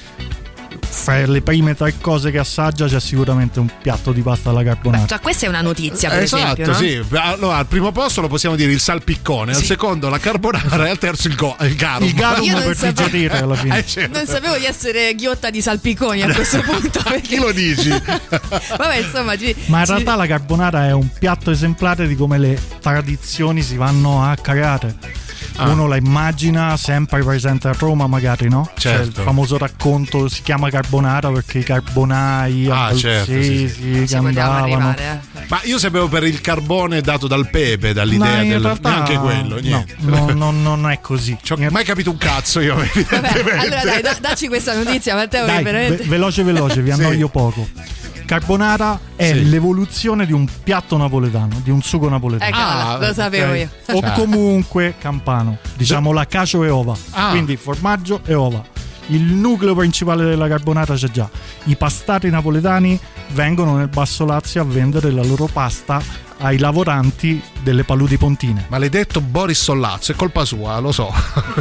fra le prime tre cose che assaggia c'è sicuramente un piatto di pasta alla carbonara. Cioè, questa è una notizia, per Esatto, esempio. No? sì. Allora, al primo posto lo possiamo dire il salpiccone, al secondo la carbonara e al terzo il, go- il garum. Il garum Io non per sapevo- digerire alla fine. Eh, certo. Non sapevo di essere ghiotta di salpiconi a questo punto. Perché... Chi lo dici? Vabbè, insomma, ci- Ma in ci- realtà la carbonara è un piatto esemplare di come le tradizioni si vanno a creare. Ah. Uno la immagina sempre presente a Roma, magari, no? C'è Certo. il famoso racconto, si chiama carbonara perché i carbonai Ah, abruzzesi certo, che ci vogliamo andavano. arrivare. eh. Ma io sapevo per il carbone dato dal pepe, dall'idea Ma in del. realtà Neanche quello, niente. No, no, no, non è così. Ci ho mai capito un cazzo io, evidentemente. Vabbè, allora dai, da- dacci questa notizia, Matteo, che Dai, veramente. ve- veloce veloce, vi Sì. annoio poco. Carbonara è Sì. l'evoluzione di un piatto napoletano, di un sugo napoletano. Eccola, Ah, lo sapevo Ok? io. O Cioè. comunque campano, diciamo la cacio e ova, Ah. quindi formaggio e ova. Il nucleo principale della carbonara c'è già. I pastati napoletani vengono nel Basso Lazio a vendere la loro pasta ai lavoranti delle paludi pontine, Maledetto Boris Sollazzo, è colpa sua, lo so.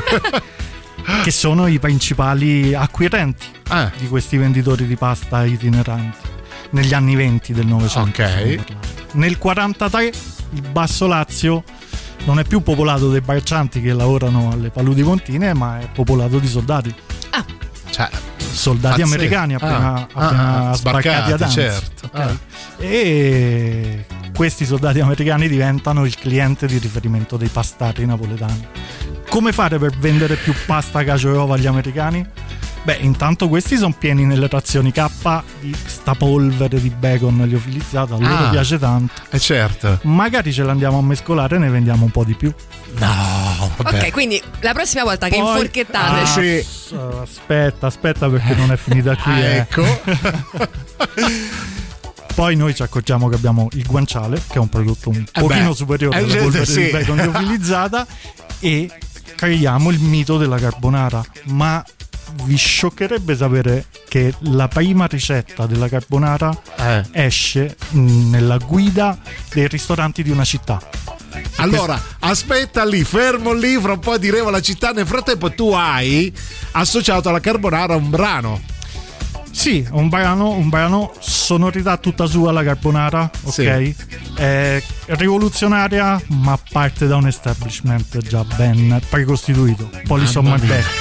che sono i principali acquirenti Eh. di questi venditori di pasta itineranti negli anni venti del Novecento. Ok. stiamo parlando. Nel quarantatré il Basso Lazio non è più popolato dai braccianti che lavorano alle paludi pontine, ma è popolato di soldati. Cioè, Soldati pazzesco. americani appena, Ah, appena ah, sbarcati ad Annecy. certo. Ok? Ah. E questi soldati americani diventano il cliente di riferimento dei pastati napoletani. Come fare per vendere più pasta cacio e ova agli americani? Beh, intanto questi sono pieni nelle razioni K di sta polvere di bacon liofilizzata, a loro Ah. piace tanto. Eh certo. Magari ce l'andiamo a mescolare e ne vendiamo un po' di più. No, vabbè. Ok, quindi la prossima volta che Poi- inforchettate. Ah, Sì. s- Aspetta, aspetta perché non è finita qui. Ah, eh. ecco. Poi noi ci accorgiamo che abbiamo il guanciale, che è un prodotto un Eh pochino beh, superiore eh, alla sì, polvere sì. di bacon liofilizzata, e creiamo il mito della carbonara. Ma vi scioccherebbe sapere che la prima ricetta della carbonara Eh. esce mh, nella guida dei ristoranti di una città. Allora, aspetta lì, fermo lì, fra un po' diremo la città. Nel frattempo tu hai associato alla carbonara un brano. Sì, un brano, un brano, sonorità tutta sua la carbonara, ok? Sì. È rivoluzionaria, ma parte da un establishment già ben precostituito. Police on Mamma my mia. back.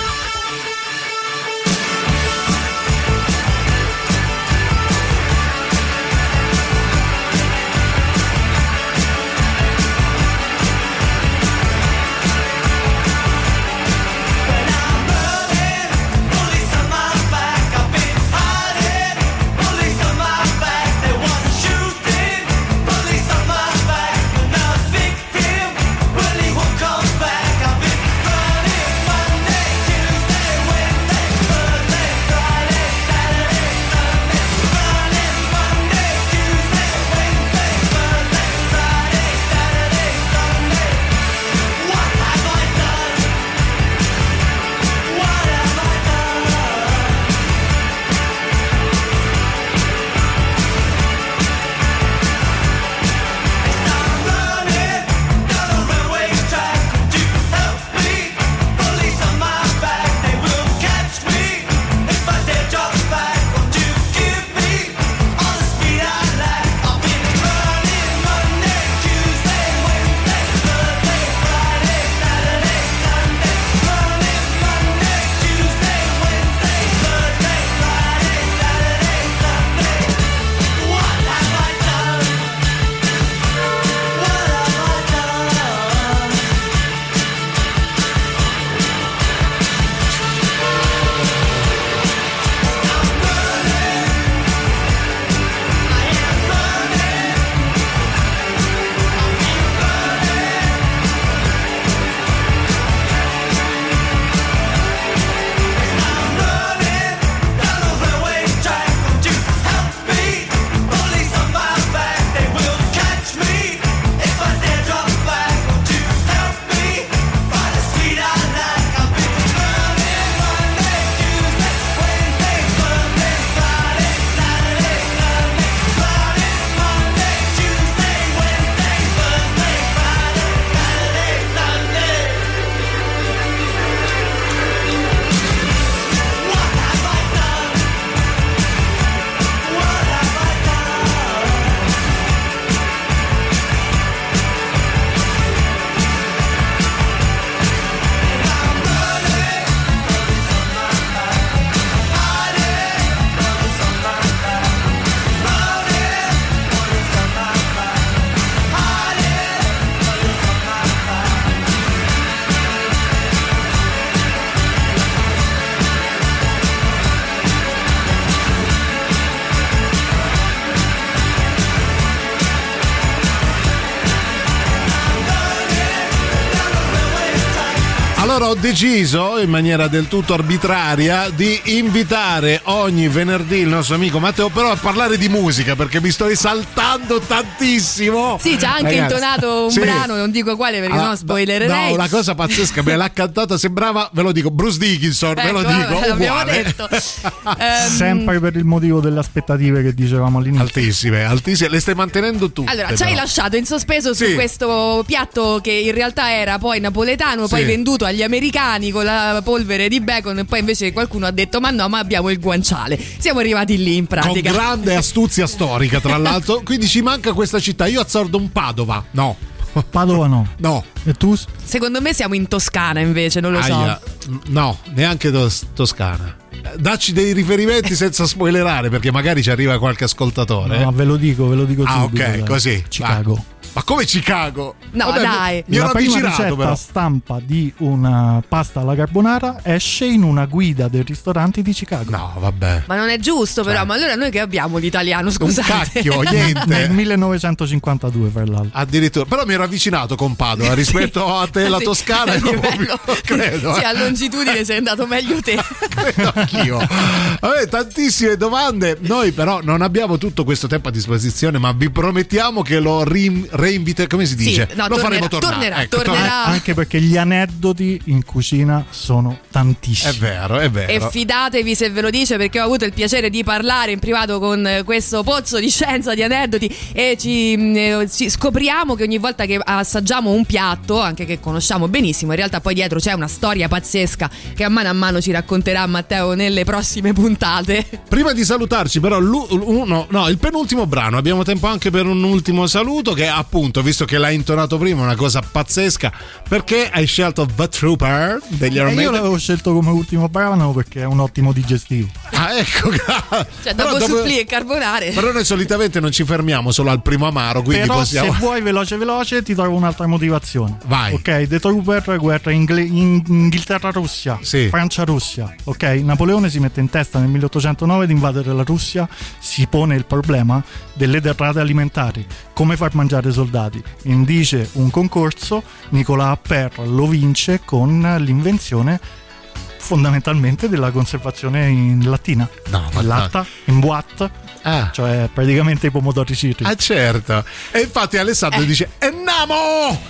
Allora ho deciso in maniera del tutto arbitraria di invitare ogni venerdì il nostro amico Matteo, però a parlare di musica, perché mi sto esaltando tantissimo. Sì, ci ha anche Ragazzi, intonato un sì. brano, non dico quale perché Ah, no spoilererei. No, una cosa pazzesca, me l'ha cantata, sembrava, ve lo dico, Bruce Dickinson, ve lo Ecco, dico, l'abbiamo uguale. detto. Ehm, Sempre per il motivo delle aspettative che dicevamo all'inizio. Altissime, altissime, le stai mantenendo tutte. Allora, ci hai però. lasciato in sospeso su Sì. questo piatto che in realtà era poi napoletano, poi Sì. venduto agli americani con la polvere di bacon, e poi invece qualcuno ha detto ma no, ma abbiamo il guanciale. Siamo arrivati lì in pratica. Con grande astuzia storica, tra l'altro. Quindi ci manca questa città. Io azzardo un Padova. No. Padova no. No. E tu? Secondo me siamo in Toscana invece, non lo so. Aia. No, neanche tos- Toscana. Dacci dei riferimenti senza spoilerare, perché magari ci arriva qualche ascoltatore. No, ve lo dico, ve lo dico Ah, subito. ok, dai. così. Chicago. Va. Ma come Chicago? No, dai. Mi La ero prima avvicinato ricetta però. stampa di una pasta alla carbonara esce in una guida del ristorante di Chicago. No, vabbè. Ma non è giusto però, ma allora noi che abbiamo l'italiano, scusate. Un cacchio, niente. Nel millenovecentocinquantadue, fra l'altro. Addirittura. Però mi ero avvicinato con Padova rispetto a te, la Sì, Toscana. a ero livello- proprio- credo. Sì, eh. a longitudine sei andato meglio te. Credo anch'io. Vabbè, tantissime domande. Noi però non abbiamo tutto questo tempo a disposizione, ma vi promettiamo che lo ri- reinvite, come si dice? no, lo tornerà, faremo tornare. tornerà, Ecco, tornerà. Anche perché gli aneddoti in cucina sono tantissimi. È vero, è vero. E fidatevi se ve lo dice, perché ho avuto il piacere di parlare in privato con eh, questo pozzo di scienza, di aneddoti, e ci, mh, eh, ci scopriamo che ogni volta che assaggiamo un piatto, anche che conosciamo benissimo, in realtà poi dietro c'è una storia pazzesca che a mano a mano ci racconterà Matteo nelle prossime puntate. Prima di salutarci, però, l'u- uno, no, il penultimo brano, abbiamo tempo anche per un ultimo saluto, che appunto, visto che l'hai intonato prima, è una cosa pazzesca. Perché hai scelto The Trooper degli E Iron io Maiden? l'avevo scelto come ultimo brano perché è un ottimo digestivo. Ah, ecco. Cioè, Però dopo dopo- supplì e carbonare. Però noi solitamente non ci fermiamo solo al primo amaro, quindi Però possiamo. se vuoi veloce veloce ti trovo un'altra motivazione. Vai. Ok, The Trooper, guerra Ingle- in- Inghilterra-Russia, Sì. Francia-Russia. Ok, Napoleone si mette in testa nel milleottocentonove di invadere la Russia, si pone il problema delle derrate alimentari. Come far mangiare i soldati? Indice un concorso, Nicolas Appert lo vince con l'invenzione fondamentalmente della conservazione in lattina. No, ma in latta, in boîte, Ah. cioè praticamente i pomodori citrici. Ah, certo. E infatti Alessandro Eh. dice Enamo!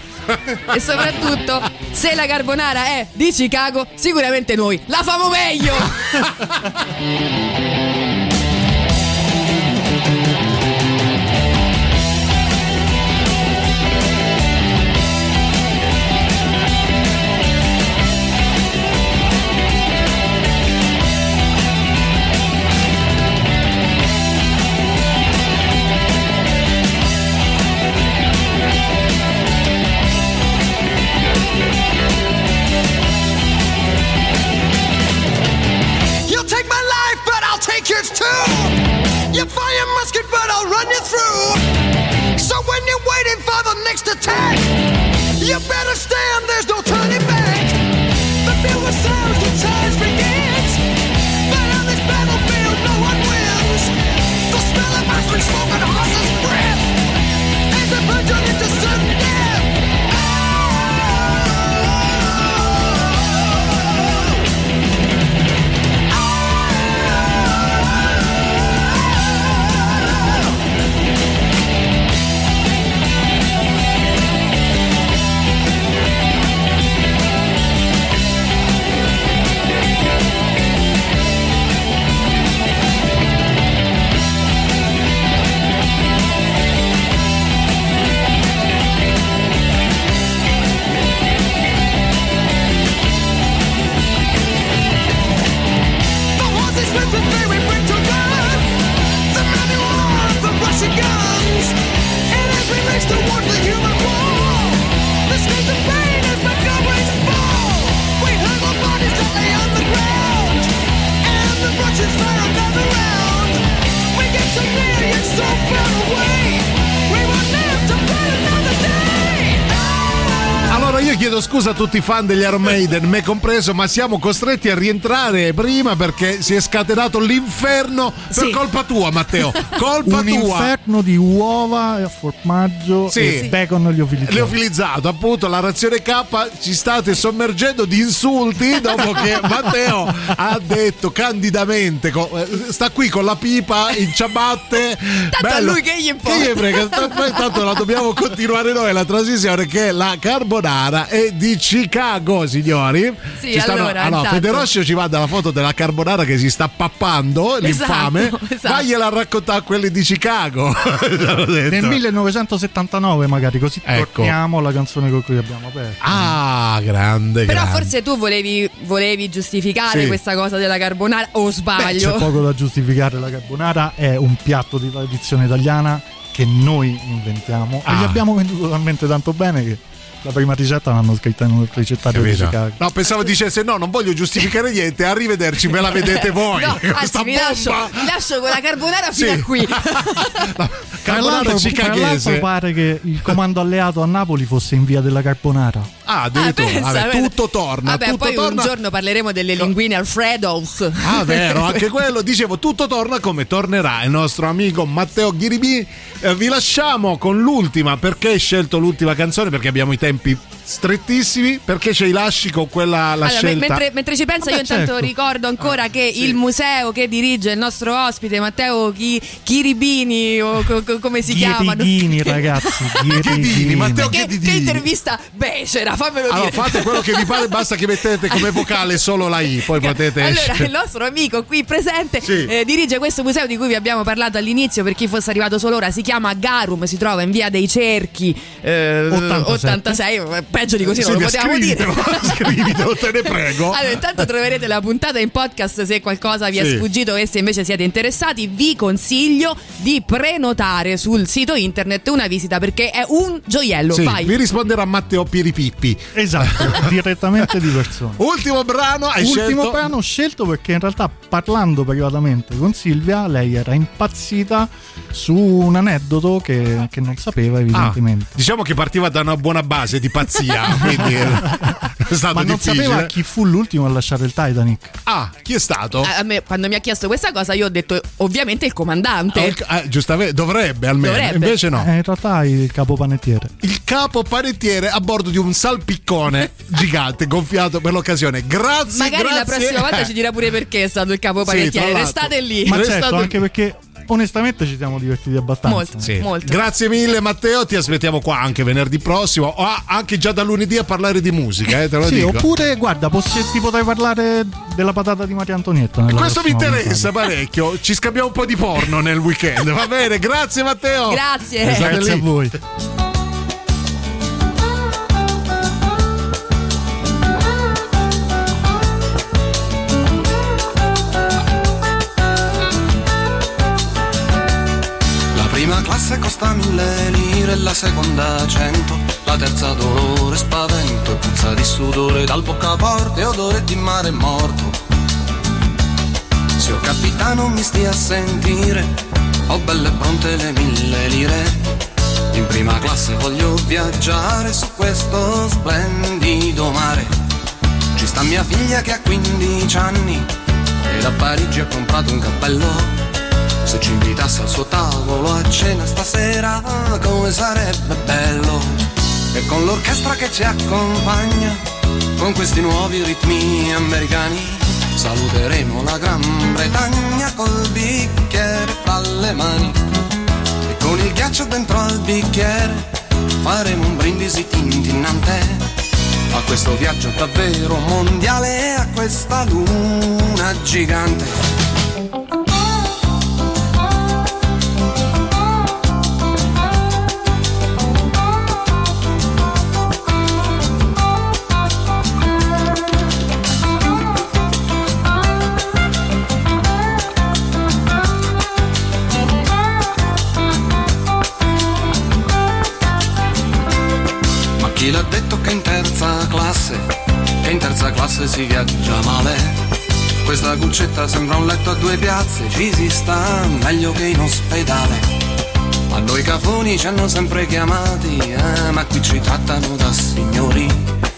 E soprattutto, se la carbonara è di Chicago, sicuramente noi la famo meglio. You'll take my life, but I'll take yours too. You fire your musket, but I'll run you through. So when you're waiting for the next attack, you better stand, there's no turning back. The bugle sounds, the time begins. But on this battlefield, no one wins. The smell of ice smoke and horse's breath as they burn you into sudden death. Io chiedo scusa a tutti i fan degli Iron Maiden, me compreso, ma siamo costretti a rientrare prima perché si è scatenato l'inferno per Sì. colpa tua, Matteo. Colpa Un tua. inferno di uova e formaggio Sì. e bacon liofilizzato. Leofilizzato, appunto, la razione K. Ci state sommergendo di insulti dopo che Matteo ha detto candidamente, co- sta qui con la pipa in ciabatte. Tanto a lui che gli importa? Che gli frega? Sta- Tanto la dobbiamo continuare noi la trasmissione, che la carbonara è di Chicago, signori. Sì, Ci stanno- allora, ah, no, intanto- Federoscio ci manda la foto della carbonara che si sta pappando, l'infame. Esatto, esatto. Vagliela a raccontare quelli di Chicago. Nel millenovecentosettantanove magari, così Ecco. torniamo alla canzone con cui abbiamo aperto. Ah, grande, Però grande. forse tu volevi, volevi giustificare Sì. questa cosa della carbonara, o Beh, sbaglio? c'è poco da giustificare, la carbonara è un piatto di tradizione italiana che noi inventiamo Ah. e gli abbiamo venduto talmente tanto bene che la prima ricetta l'hanno scritta in un ricettario di Capito? Chicago. No, pensavo dicesse no, non voglio giustificare niente, arrivederci, me la vedete voi. No, Questa anzi, vi bomba. lascio, vi lascio con la carbonara fino Sì. a qui. Tra Carbonara l'altro, tra l'altro cicaghese. pare che il comando alleato a Napoli fosse in via della Carbonara. Ah, addirittura. Ah, pensa, Vabbè, vedi. tutto torna. Vabbè, tutto poi torna. un giorno parleremo delle linguine Alfredos. Ah, vero, anche quello. Dicevo, tutto torna come tornerà il nostro amico Matteo Ghiribì. Eh, vi lasciamo con l'ultima. Perché hai scelto l'ultima canzone? Perché abbiamo i tempi strettissimi. Perché ce li lasci con quella la Allora, me- scelta? mentre, mentre ci pensa, Vabbè, io intanto certo. ricordo ancora che il museo che dirige il nostro ospite Matteo Chi- Chiribini, o co- co- come si chiamano? Ghirigini, ragazzi. Ghirigini. Matteo Che, che intervista becera, fammelo Allora, dire. fate quello che vi pare, basta che mettete come vocale solo la I, poi potete. Allora, il nostro amico qui presente eh, dirige questo museo di cui vi abbiamo parlato all'inizio. Per chi fosse arrivato solo ora, si chiama Garum, si trova in via dei Cerchi eh, ottantasette. ottantasei. Peggio di così non lo Silvia, potevamo dire. scrivitelo, scrivitelo, te ne prego. Allora, intanto troverete la puntata in podcast se qualcosa vi è Sì. sfuggito e se invece siete interessati. Vi consiglio di prenotare sul sito internet una visita perché è un gioiello. Sì, Vai. vi risponderà Matteo Piripippi. Esatto, direttamente di persona. Ultimo brano hai Ultimo scelto? brano ho scelto perché in realtà, parlando privatamente con Silvia, lei era impazzita su un aneddoto che, che non sapeva evidentemente. Ah, diciamo che partiva da una buona base di pazzia, quindi è stato Ma non difficile. sapeva chi fu l'ultimo a lasciare il Titanic. Ah, chi è stato? A me, quando mi ha chiesto questa cosa, io ho detto ovviamente il comandante. Ah, il- ah, giustamente, dovrebbe almeno, Dovrebbe. invece no. Eh, in realtà il capo panettiere. Il capo panettiere a bordo di un salpiccone gigante gonfiato per l'occasione. Grazie, Magari grazie. la prossima volta ci dirà pure perché è stato il capo Sì, panettiere. tra l'altro. Restate lì. Ma Restate certo, lì. anche perché onestamente ci siamo divertiti abbastanza. Molto, Sì. molto. Grazie mille Matteo, ti aspettiamo qua anche venerdì prossimo o anche già da lunedì a parlare di musica, eh, te lo Sì, dico. oppure guarda, possi- ti potrei parlare della patata di Maria Antonietta. nella Questo mi prossima interessa puntata. parecchio. Ci scambiamo un po' di porno nel weekend. Va bene, grazie Matteo. Grazie. Restate Grazie lì. a voi. La prima classe costa mille lire, la seconda cento, la terza dolore, spavento e puzza di sudore dal boccaporte, odore di mare morto. Se oh capitano mi stia a sentire, ho belle pronte le mille lire. In prima classe voglio viaggiare su questo splendido mare. Ci sta mia figlia che ha quindici anni e da Parigi ha comprato un cappello. Se ci invitasse al suo tavolo a cena stasera, come sarebbe bello. E con l'orchestra che ci accompagna, con questi nuovi ritmi americani, saluteremo la Gran Bretagna col bicchiere fra le mani. E con il ghiaccio dentro al bicchiere faremo un brindisi tintinnante a questo viaggio davvero mondiale e a questa luna gigante. Chi l'ha detto che in terza classe, che in terza classe si viaggia male? Questa cuccetta sembra un letto a due piazze, ci si sta meglio che in ospedale. Ma noi cafoni ci hanno sempre chiamati, eh, ma qui ci trattano da signori.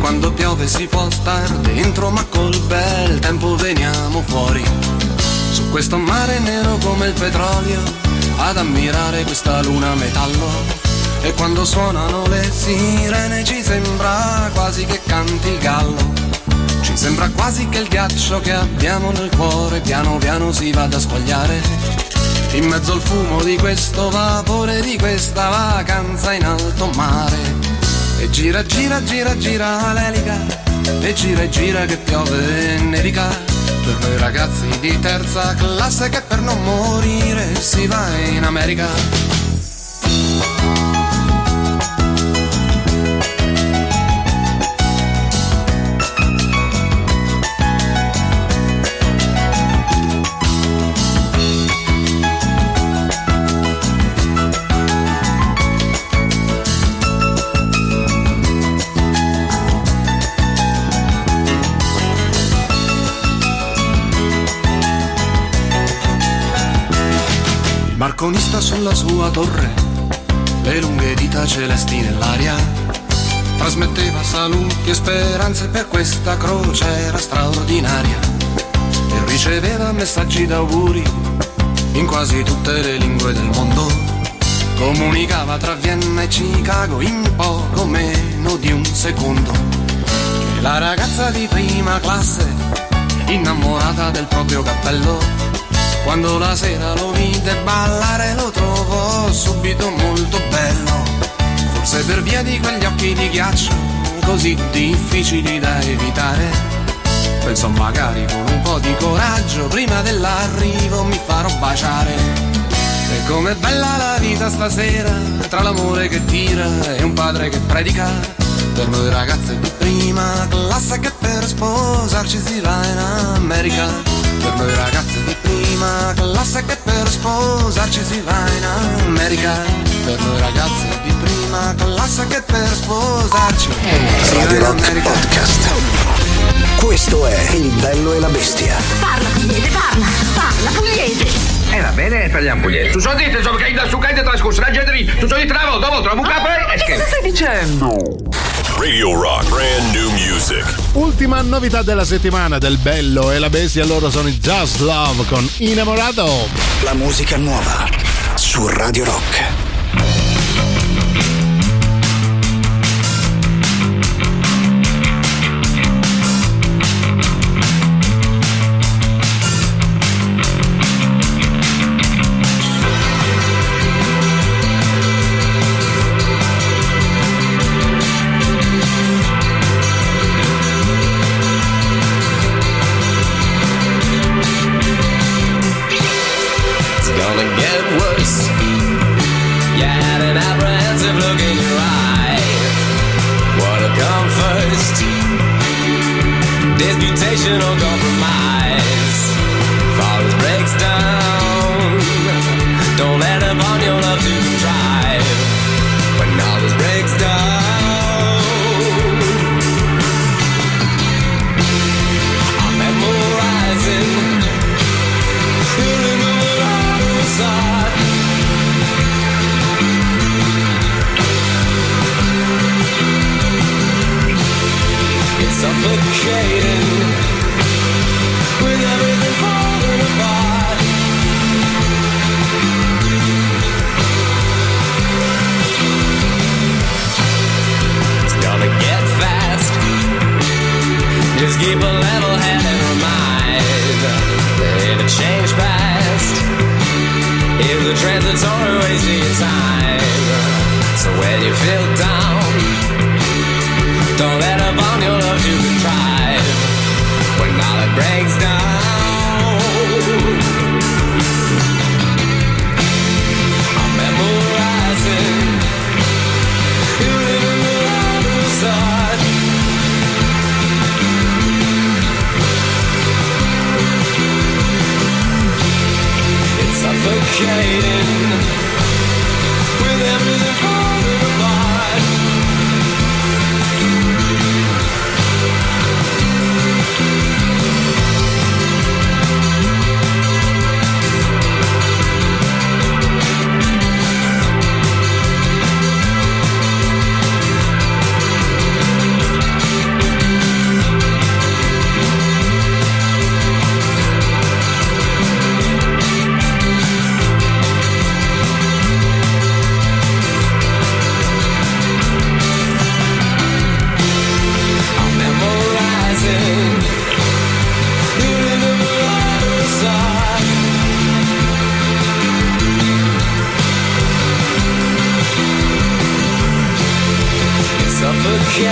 quando piove si può star dentro, ma col bel tempo veniamo fuori. Su questo mare nero come il petrolio, ad ammirare questa luna metallo. E quando suonano le sirene ci sembra quasi che canti il gallo. Ci sembra quasi che il ghiaccio che abbiamo nel cuore piano piano si vada a squagliare. In mezzo al fumo di questo vapore, di questa vacanza in alto mare. E gira, gira, gira, gira l'elica, e gira e gira che piove e nevica. Per noi ragazzi di terza classe che per non morire si va in America. Marconista sulla sua torre, le lunghe dita celesti nell'aria, trasmetteva saluti e speranze per questa crociera straordinaria, e riceveva messaggi d'auguri in quasi tutte le lingue del mondo. Comunicava tra Vienna e Chicago in poco meno di un secondo. E la ragazza di prima classe, innamorata del proprio cappello, quando la sera lo vide ballare lo trovò subito molto bello. Forse per via di quegli occhi di ghiaccio così difficili da evitare, pensò magari con un po' di coraggio prima dell'arrivo mi farò baciare. E com'è bella la vita stasera, tra l'amore che tira e un padre che predica, per noi ragazze di prima classe che per sposarci si va in America. Per noi ragazze di prima classe che per sposarci si va in America. Per noi ragazze di prima classe che per sposarci si va in America. Podcast. Questo è Il Bello e la Bestia. Parla pugliese, parla, parla pugliese. Eh va bene, parliamo pugliese. Tu so dite, insomma, che da su che trascorso la gente lì. Tu so dite una volta, una volta, un capo e che cosa stai dicendo? Radio Rock, brand new music. Ultima novità della settimana del Bello e la Bestia, loro sono i Just Love con Innamorato. La musica nuova su Radio Rock. Disputation or compromise. Fathers breaks down. Don't let up on your love to contrive. When all this breaks down, I'm memorizing. Still in the other side. It's suffocating with everything falling apart. It's gonna get fast. Just keep a level head and remind that it'll change fast. It's a transitory waste of your time. So when you feel down, don't let up on your love to contrive. When all it breaks down, I'm memorizing. You live in the other side. It's suffocating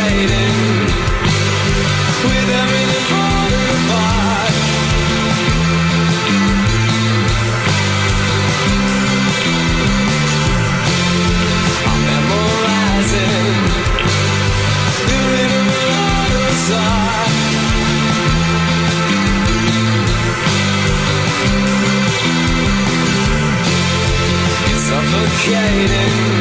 suffocating with everything falling apart. I'm memorizing the rhythm of all the stars. It's suffocating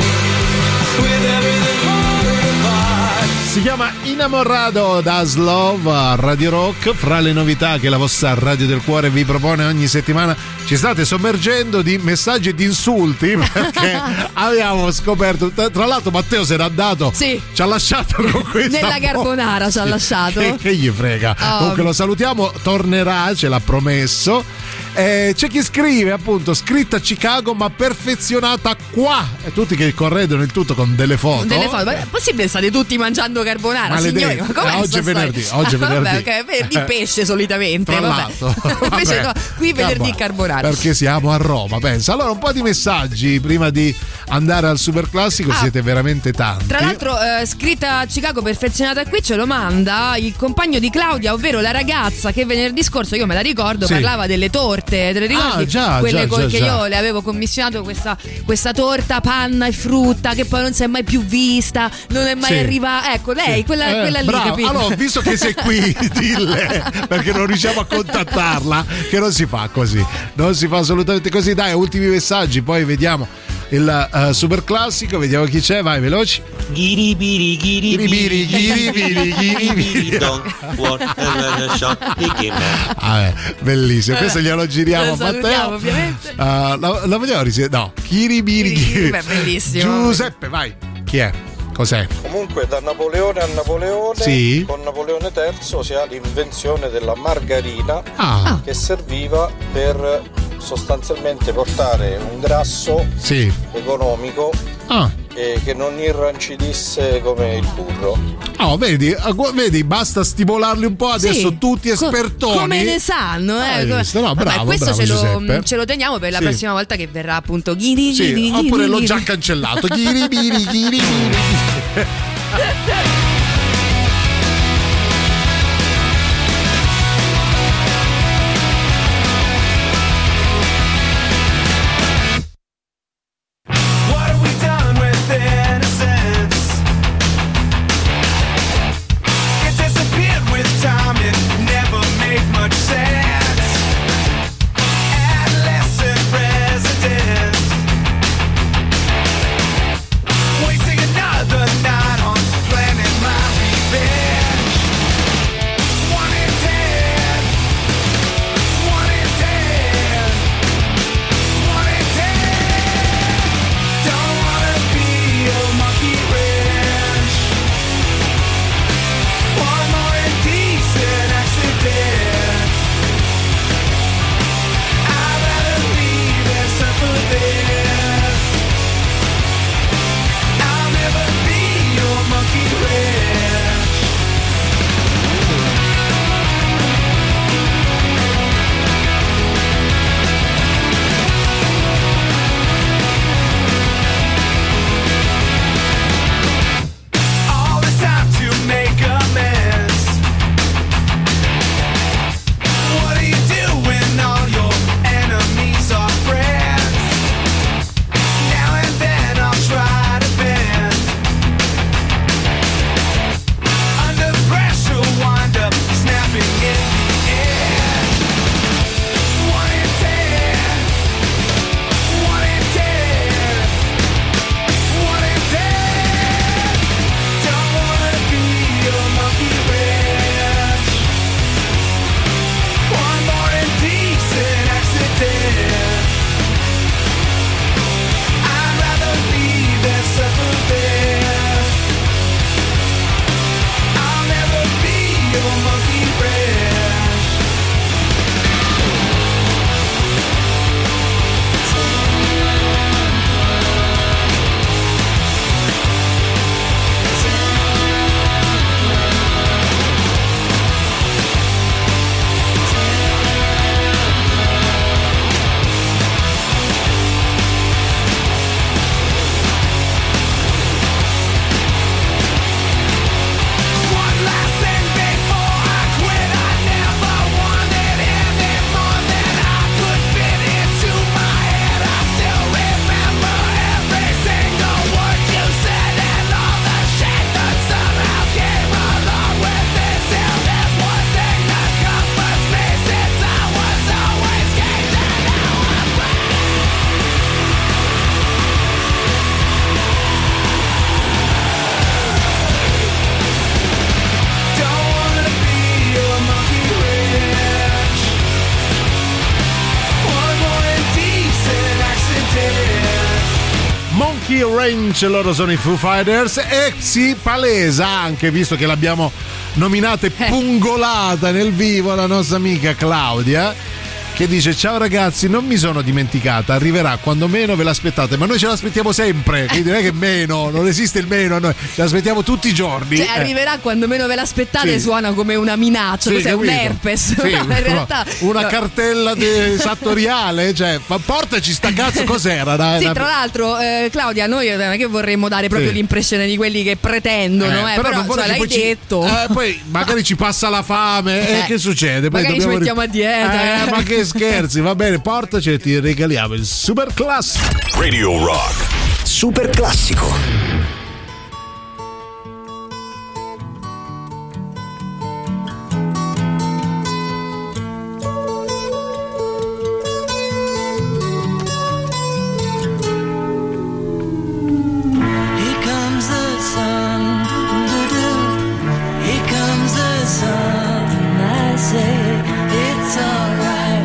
with everything falling apart. Si chiama Inamorado da Slov a Radio Rock, fra le novità che la vostra Radio del Cuore vi propone ogni settimana. Ci state sommergendo di messaggi e di insulti perché abbiamo scoperto, tra l'altro Matteo se n'è andato, sì, ci ha lasciato con questa nella carbonara ci ha lasciato. Che, che gli frega. Oh. Comunque lo salutiamo, tornerà, ce l'ha promesso. Eh, c'è chi scrive appunto scritta a Chicago ma perfezionata qua, e tutti che corredono il tutto con delle foto. Delle foto. Ma è possibile state tutti mangiando carbonara, signori? Ma com'è eh, oggi è venerdì, oggi è venerdì. Vabbè, okay, venerdì pesce solitamente. Tra Vabbè. l'altro, Invece vabbè, no, qui venerdì carbonara. Perché siamo a Roma, pensa. Allora un po' di messaggi prima di andare al super classico, ah, siete veramente tanti. Tra l'altro eh, scritta a Chicago perfezionata qui ce lo manda il compagno di Claudia, ovvero la ragazza che venerdì scorso, io me la ricordo, sì, parlava delle torte, te le ricordi? Ah, già, quelle già, co- già, che già. io le avevo commissionato, questa, questa torta panna e frutta che poi non si è mai più vista, non è mai Sì. arrivata, ecco lei, Sì. quella, Eh, quella lì, bravo. capito? Allora, visto che sei qui, dille, perché non riusciamo a contattarla, che non si fa così, non si fa assolutamente così. Dai, ultimi messaggi, poi vediamo il uh, super classico, vediamo chi c'è, vai veloci. Ghiribiri, ghiribiri, ghiribiri, ghiribiri. Don't want another shot again. Ah, bellissimo, questo glielo giriamo a Lo salutiamo, Matteo. ovviamente. Uh, la, la vogliamo risentire? No, Kiribiri, Kiribiri, beh, bellissimo. Giuseppe, vai. Chi è? Cos'è? Comunque da Napoleone a Napoleone, Sì. con Napoleone terzo si ha l'invenzione della margarina, Ah. che serviva per sostanzialmente portare un grasso Sì. economico Ah. e che non irrancidisse come il burro. Oh, vedi, ah, gu- vedi, basta stimolarli un po', adesso Sì. tutti Co- espertoni. come ne sanno, eh? Hai Come- visto? No, Vabbè, bravo, questo bravo, ce, Giuseppe. lo, ce lo teniamo per la Sì. prossima volta che verrà appunto ghiri, Sì, ghiri, ghiri, oppure l'ho ghiri. già cancellato. Ghiribiri, ghiribiri. What have we done with innocence? It disappeared with time, it never made much sense. Adolescent resident, wasting another night on planet Rearrange, loro sono i Foo Fighters e si palesa anche, visto che l'abbiamo nominata e pungolata nel vivo, la nostra amica Claudia, che dice: ciao ragazzi, non mi sono dimenticata, arriverà quando meno ve l'aspettate, ma noi ce l'aspettiamo sempre, quindi non è che meno, non esiste il meno, noi ce l'aspettiamo tutti i giorni. Cioè, arriverà quando meno ve l'aspettate, Sì. suona come una minaccia, Sì, cos'è un capito. herpes? Sì, No, in realtà una no. cartella de- esattoriale, cioè, ma portaci sta cazzo, cos'era? Dai, Sì, dai. tra l'altro, eh, Claudia, noi non è che vorremmo dare proprio Sì. l'impressione di quelli che pretendono, Eh, eh, però però, non vorrei cioè, che l'hai poi ci- detto. eh, poi magari ci passa la fame, e Eh. che succede? Poi Magari ci dobbiamo- mettiamo a dieta, Eh, eh. ma che scherzi, va bene, portaci e ti regaliamo il super classico. Radio Rock. Super classico. Here comes the sun, doo-doo. Here comes the sun. I say it's alright.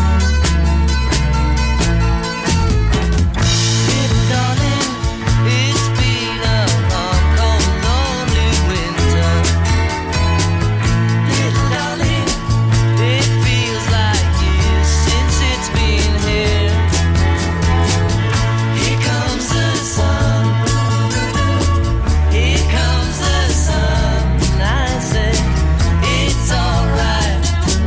Little darling, it's been a long, cold, lonely winter. Little darling, it feels like years since it's been here. Here comes the sun. Here comes the sun. I say it's alright.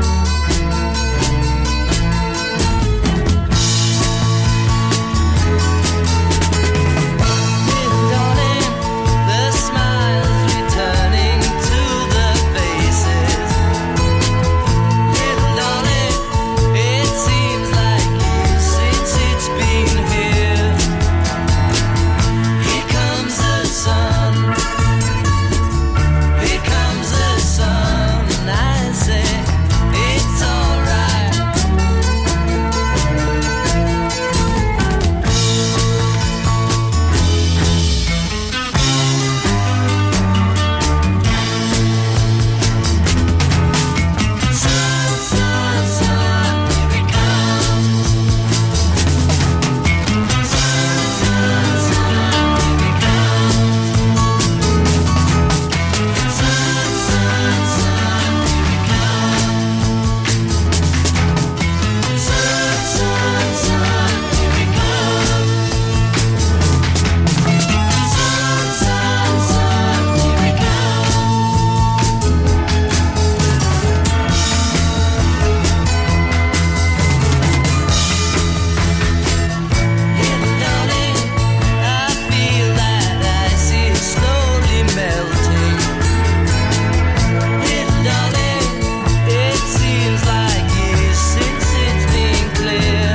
Little darling, the smiles returning to the faces. Little darling, it seems like years since it's been here. Here comes the sun. Here comes the sun. I say it's alright. Sun, sun, sun, here it comes. Sun, sun, sun, here it comes. Sun, sun, sun, here it comes. Sun, sun, sun, here it comes. Sun, sun, sun, here it comes. Little darling, I feel that ice is slowly melting. Little darling, it seems like years since it's been clear.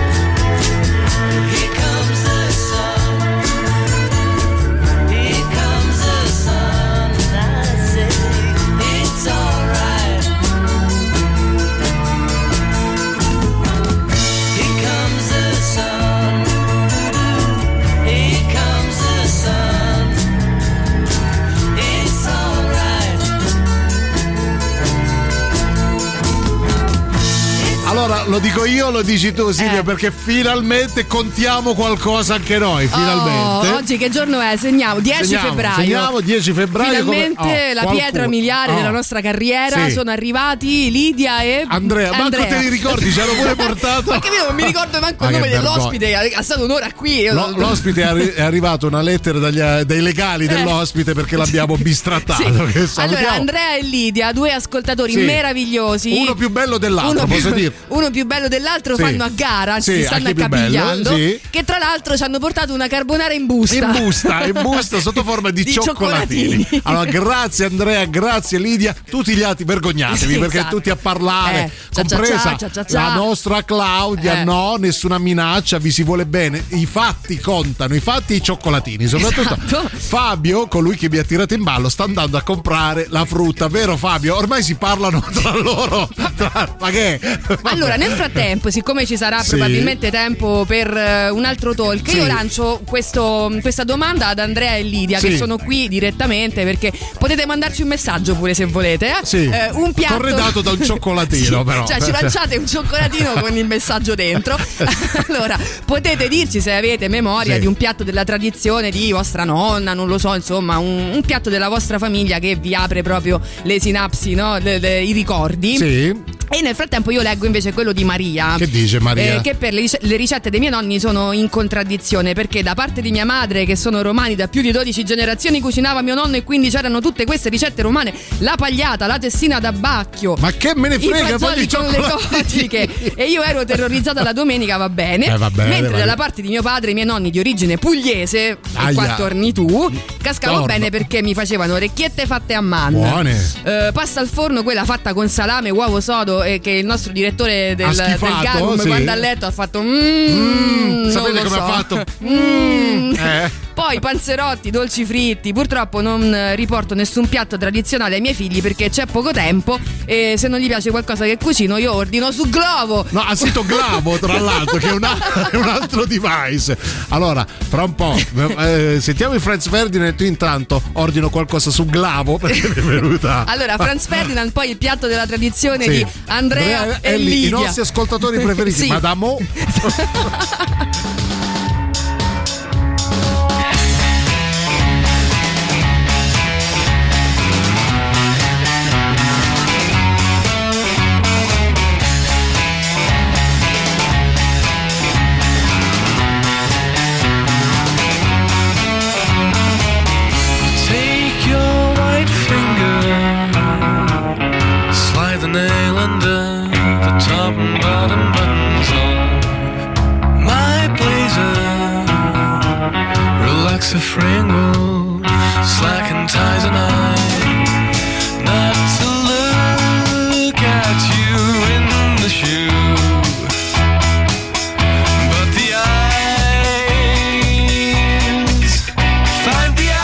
Here comes the sun. Here comes the sun. I say it's alright. Here comes the sun. Here comes the sun. It's alright. Allora, lo dico io o lo dici tu, Silvia? Eh. Perché finalmente contiamo qualcosa anche noi, finalmente. Oh, oggi che giorno è? Segniamo dieci Segniamo, febbraio. segniamo dieci febbraio. Finalmente come- oh, la qualcuno- pietra miliare oh. della nostra carriera. Sì. Sono arrivati Lidia e Andrea, manco Andrea. te li ricordi, ci hanno pure portato. Ma capito, non mi ricordo manco Ma il che nome vergogna. dell'ospite. Ha stato un'ora qui. Io Lo- non- l'ospite è, arri- è arrivato una lettera dagli, dai legali dell'ospite perché l'abbiamo bistrattato. Eh. Sì. Che salutiamo. Allora, Andrea e Lidia, due ascoltatori Sì. meravigliosi. Uno più bello dell'altro, uno posso più, dire. uno più bello dell'altro, Sì. fanno a gara, anzi Sì, si stanno anche più bello, accapigliando. sì. Che tra l'altro ci hanno portato una carbonara in busta. In busta, in busta sotto forma di, Di cioccolatini. cioccolatini. Allora, grazie Andrea, grazie Lidia, tutti gli altri vergognatevi Sì, perché esatto. tutti a parlare, Eh, cia, cia, compresa cia, cia, cia, cia. la nostra Claudia. Eh. No, nessuna minaccia, vi si vuole bene. I fatti contano, i fatti e i cioccolatini. Soprattutto Esatto. Fabio, colui che mi ha tirato in ballo, sta andando a comprare la frutta, vero Fabio? Ormai si parlano tra loro. Tra, ma che? Vabbè. Allora, nel frattempo, siccome ci sarà Sì. probabilmente tempo per eh, un altro talk, Sì. io lancio questo, questa domanda ad Andrea e Lidia, Sì. che sono qui direttamente, perché potete mandarci un messaggio pure se volete. Eh? Sì. Eh, un piatto Corredato da un cioccolatino, Sì, però. Cioè, ci lanciate un cioccolatino con il messaggio dentro. Allora, potete dirci se avete memoria Sì. di un piatto della tradizione di vostra nonna, non lo so, insomma, un, un piatto della vostra famiglia che vi apre proprio le sinapsi, no? Le- le- i ricordi. Sì. E nel frattempo io leggo invece quello di Maria. Che dice Maria? Eh, che per le, rice- le ricette dei miei nonni sono in contraddizione, perché da parte di mia madre, che sono romani da più di dodici generazioni, cucinava mio nonno e quindi c'erano tutte queste ricette romane: la pagliata, la tessina d'abbacchio. Ma che me ne frega, i fagioli voglio con le cioccolati. cotiche. E io ero terrorizzata la domenica, va bene. Eh, va bene, Mentre va dalla bene. parte di mio padre, i miei nonni di origine pugliese, e Aia. qua torni tu, cascavo Torno. bene perché mi facevano orecchiette fatte a mano. Buone. Eh, pasta al forno, quella fatta con salame, uovo sodo, e che il nostro direttore del, Ha del schifato, Garum, sì. quando ha letto, ha fatto mmm, Mm, non sapete lo come so. ha fatto? Mm. Eh. Poi panzerotti, dolci fritti. Purtroppo non eh, riporto nessun piatto tradizionale ai miei figli perché c'è poco tempo, e se non gli piace qualcosa che cucino io ordino su Glovo. No, ha sito Glavo, tra l'altro, che è, una- è un altro device. Allora, fra un po', eh, sentiamo i Franz Ferdinand e tu intanto ordino qualcosa su Glavo perché mi è venuta. Allora, Franz Ferdinand, poi il piatto della tradizione Sì. di Andrea, Andrea e Elli, Lidia. i nostri ascoltatori preferiti. Sì. Madame O. Take your white finger, slide the nail under the top and bottom buttons of my blazer. Relax the fringle, slacken ties and I not to look at you in the shoe, but the eyes find the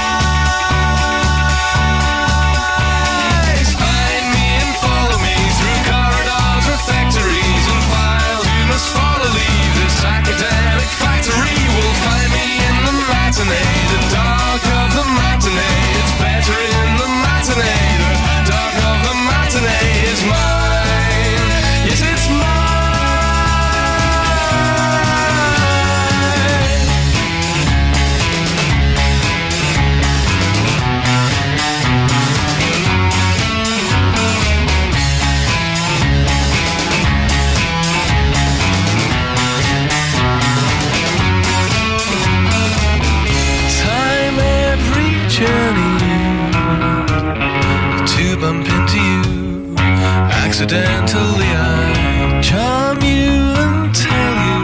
eyes. Find me and follow me through corridors or factories and files. You must follow, leave this academic factory. Will find me in the matinee, the dark of the matinee. It's better in the matinee. The dark of the matinee is mine. Yes, it's mine. Time every journey to bump into you. Accidentally I charm you and tell you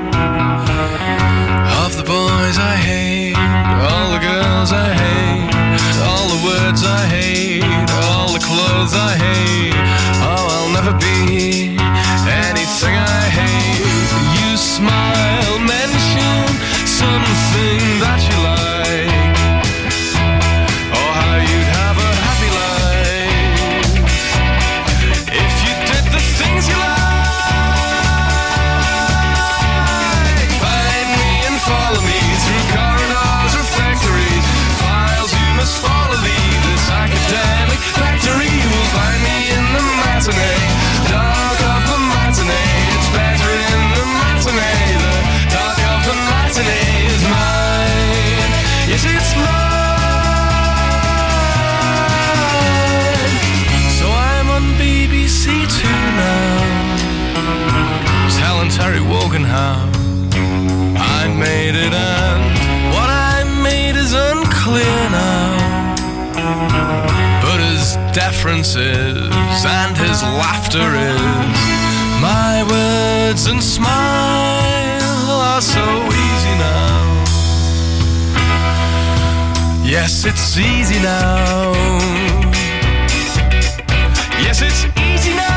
of the boys I hate, all the girls I hate, all the words I hate, all the clothes I hate. Oh, I'll never be anything I hate. You smile, mention something that you like, or how you'd have a happy life if you did the things you like. Find me and follow me through corridors or factories, files you must follow, leave this academic factory. You will find me in the matinee, dark of the matinee. It's better in the matinee. The dark of the matinee is mine. Yes, it's mine. So I'm on B B C Two now, telling Terry Wogan how I made it, and what I made is unclear now. But his deference is, and his laughter is, my words and smile are so easy now. Yes, it's easy now. Yes, it's easy now.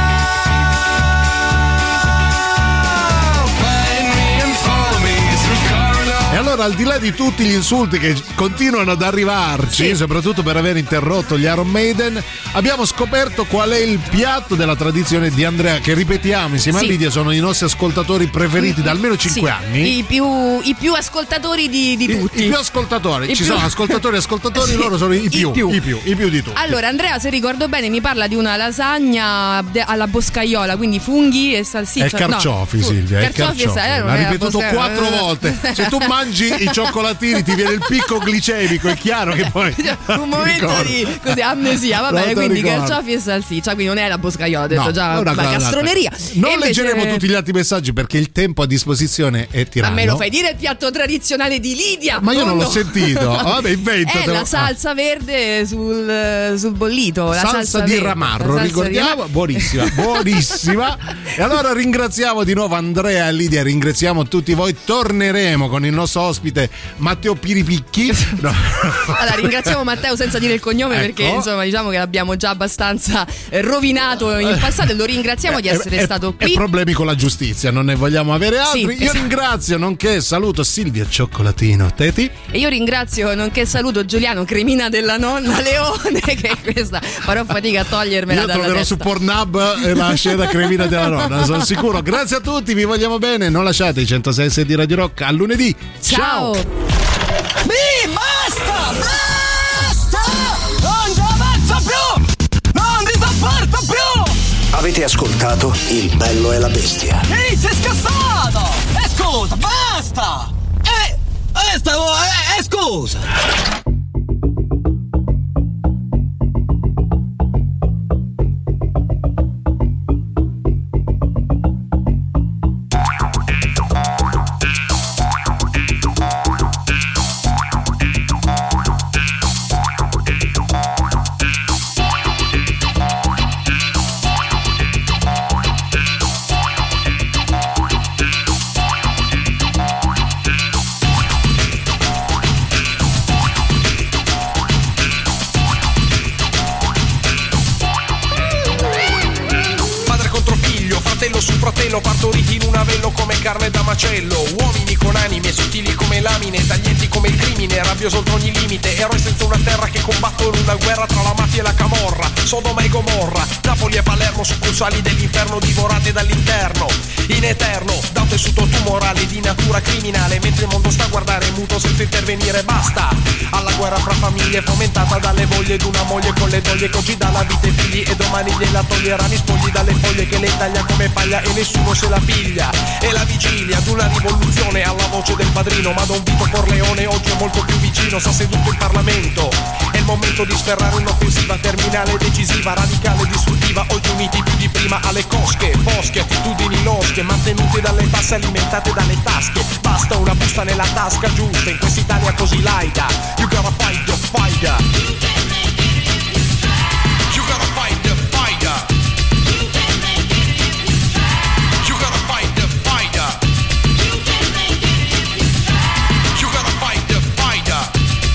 Find me and follow me through corridors. E allora al di là di tutti gli insulti che continuano ad arrivarci, sì, soprattutto per aver interrotto gli Iron Maiden, abbiamo scoperto qual è il piatto della tradizione di Andrea, che ripetiamo insieme, sì, a Lidia sono i nostri ascoltatori preferiti da almeno cinque sì, anni. I più, i più ascoltatori di, di tutti. I, I più ascoltatori. I Ci più... sono ascoltatori e ascoltatori, sì, loro sono i più, I più. I più, i più di tutti. Allora, Andrea, se ricordo bene, mi parla di una lasagna de- alla boscaiola, quindi funghi e salsiccia. È carciofi, no, Silvia, è carciofi, carciofi. Eh, L'ha ripetuto quattro volte. Se tu mangi i cioccolatini ti viene il picco glicemico, è chiaro che poi un momento di così, amnesia, va bene, quindi ricordo. Carciofi e salsiccia, quindi non è la boscaiola, ho detto No, già, una ma cosa castroneria. Non invece... leggeremo tutti gli altri messaggi perché il tempo a disposizione è tiranno. A me lo fai dire il piatto tradizionale di Lidia? Ma io oh non no. l'ho sentito. Vabbè, inventatelo. È la salsa verde sul, sul bollito, la salsa, salsa di verde, ramarro, salsa ricordiamo, di ram- buonissima, buonissima. E allora ringraziamo di nuovo Andrea e Lidia, ringraziamo tutti voi. Torneremo con il nostro ospite Matteo Piripicchi. No. Allora, ringraziamo Matteo senza dire il cognome, Ecco. perché insomma diciamo che l'abbiamo già abbastanza eh, rovinato in passato, e lo ringraziamo di essere e, stato qui. E problemi con la giustizia, non ne vogliamo avere altri. Sì, Io esatto. ringrazio, nonché saluto Silvia Cioccolatino Teti. E io ringrazio, nonché saluto Giuliano Cremina della nonna Leone, che questa farò fatica a togliermela Io dalla troverò testa. su Pornhub e la scena Cremina della nonna, sono sicuro. Grazie a tutti, vi vogliamo bene, non lasciate i centosei e sei di Radio Rock. A lunedì. Ciao. Mi basta! Basta! Non ci avanzo più! Non ti sopporto più! Avete ascoltato Il Bello e la Bestia? Ehi, sei scassato! E scusa, basta! E... e stavo... e, e scusa! Su fratello partoriti in un avello come carne da macello, uomini con anime sottili come lamine, taglienti come il crimine, rabbioso oltre ogni limite, eroi senza una terra che combattono una guerra tra la mafia e la camorra, Sodoma e Gomorra, Napoli e Palermo, succursali dell'inferno divorate dall'interno, in eterno, da un tessuto tumorale di natura criminale, mentre il mondo sta a guardare muto senza intervenire, basta alla guerra fra famiglie fomentata dalle voglie d'una moglie con le doglie che oggi dà la vita ai figli e domani gliela toglieranno i spogli dalle foglie che le taglia come paglia e nessuno se la piglia. E la vigilia ad una rivoluzione alla voce del padrino, ma Don Vito Corleone oggi è molto più vicino, sta seduto in Parlamento. È il momento di sferrare un'offensiva terminale, decisiva, radicale, distruttiva, oggi uniti più di prima alle cosche, bosche, attitudini losche, mantenute dalle tasse, alimentate dalle tasche. Basta una busta nella tasca giusta in quest'Italia così laica. You gotta fight the fighter. You gotta fight the fighter. You gotta fight the fighter. You gotta fight the fighter.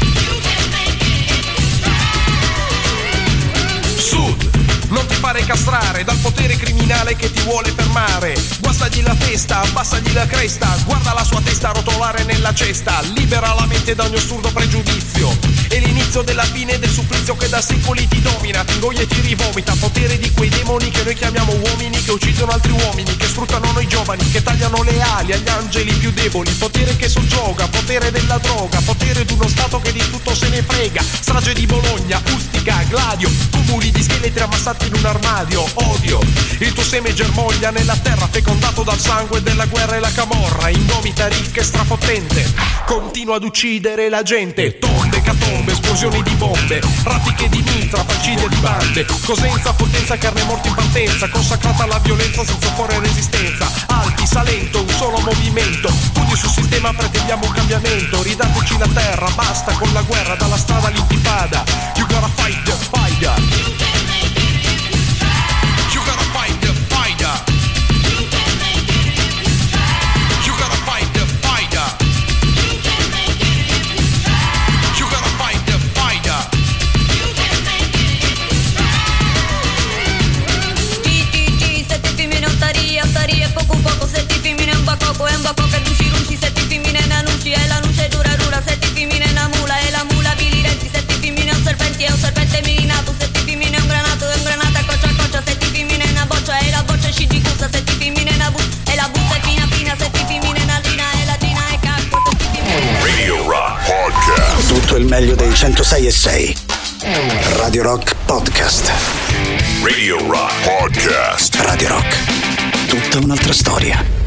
Sud, non ti fare castrare dal potere criminale che ti vuole fermare. Guastagli la testa, abbassagli la cresta, guarda la sua testa rotolare nella cesta. Libera la mente da ogni assurdo pregiudizio. È l'inizio della fine del supplizio che da secoli ti domina, ti ingoia e ti rivomita. Potere di quei demoni che noi chiamiamo uomini, che uccidono altri uomini, che sfruttano noi giovani, che tagliano le ali agli angeli più deboli. Potere che soggioga, potere della droga, potere di uno stato che di tutto se ne frega. Strage di Bologna, Ustica, Gladio, cumuli di scheletri ammassati in un armadio. Odio, il tuo seme germoglia nella terra, fecondato dal sangue della guerra e la camorra. Indomita, ricca e strafottente, continua ad uccidere la gente. Tombe, catombe, esplosioni di bombe, raffiche di mitra, falcidia di bande. Cosenza, potenza, carne morta in partenza, consacrata alla violenza senza opporre resistenza. Alti, Salento, un solo movimento, pugni sul sistema, pretendiamo un cambiamento. Ridateci la terra, basta con la guerra, dalla strada all'intifada. You gotta fight the fighter. You gotta fight the fighter. You gotta fight the fighter. You gotta fight the fighter. G G G, se ti femmine ottaria, ottaria, poco poco, se ti femmine un bacoco, e un bacoco e duci runci, se ti femmine na nuci, e la nuce dura centosei e sei. Radio Rock Podcast. Radio Rock Podcast. Radio Rock. Tutta un'altra storia.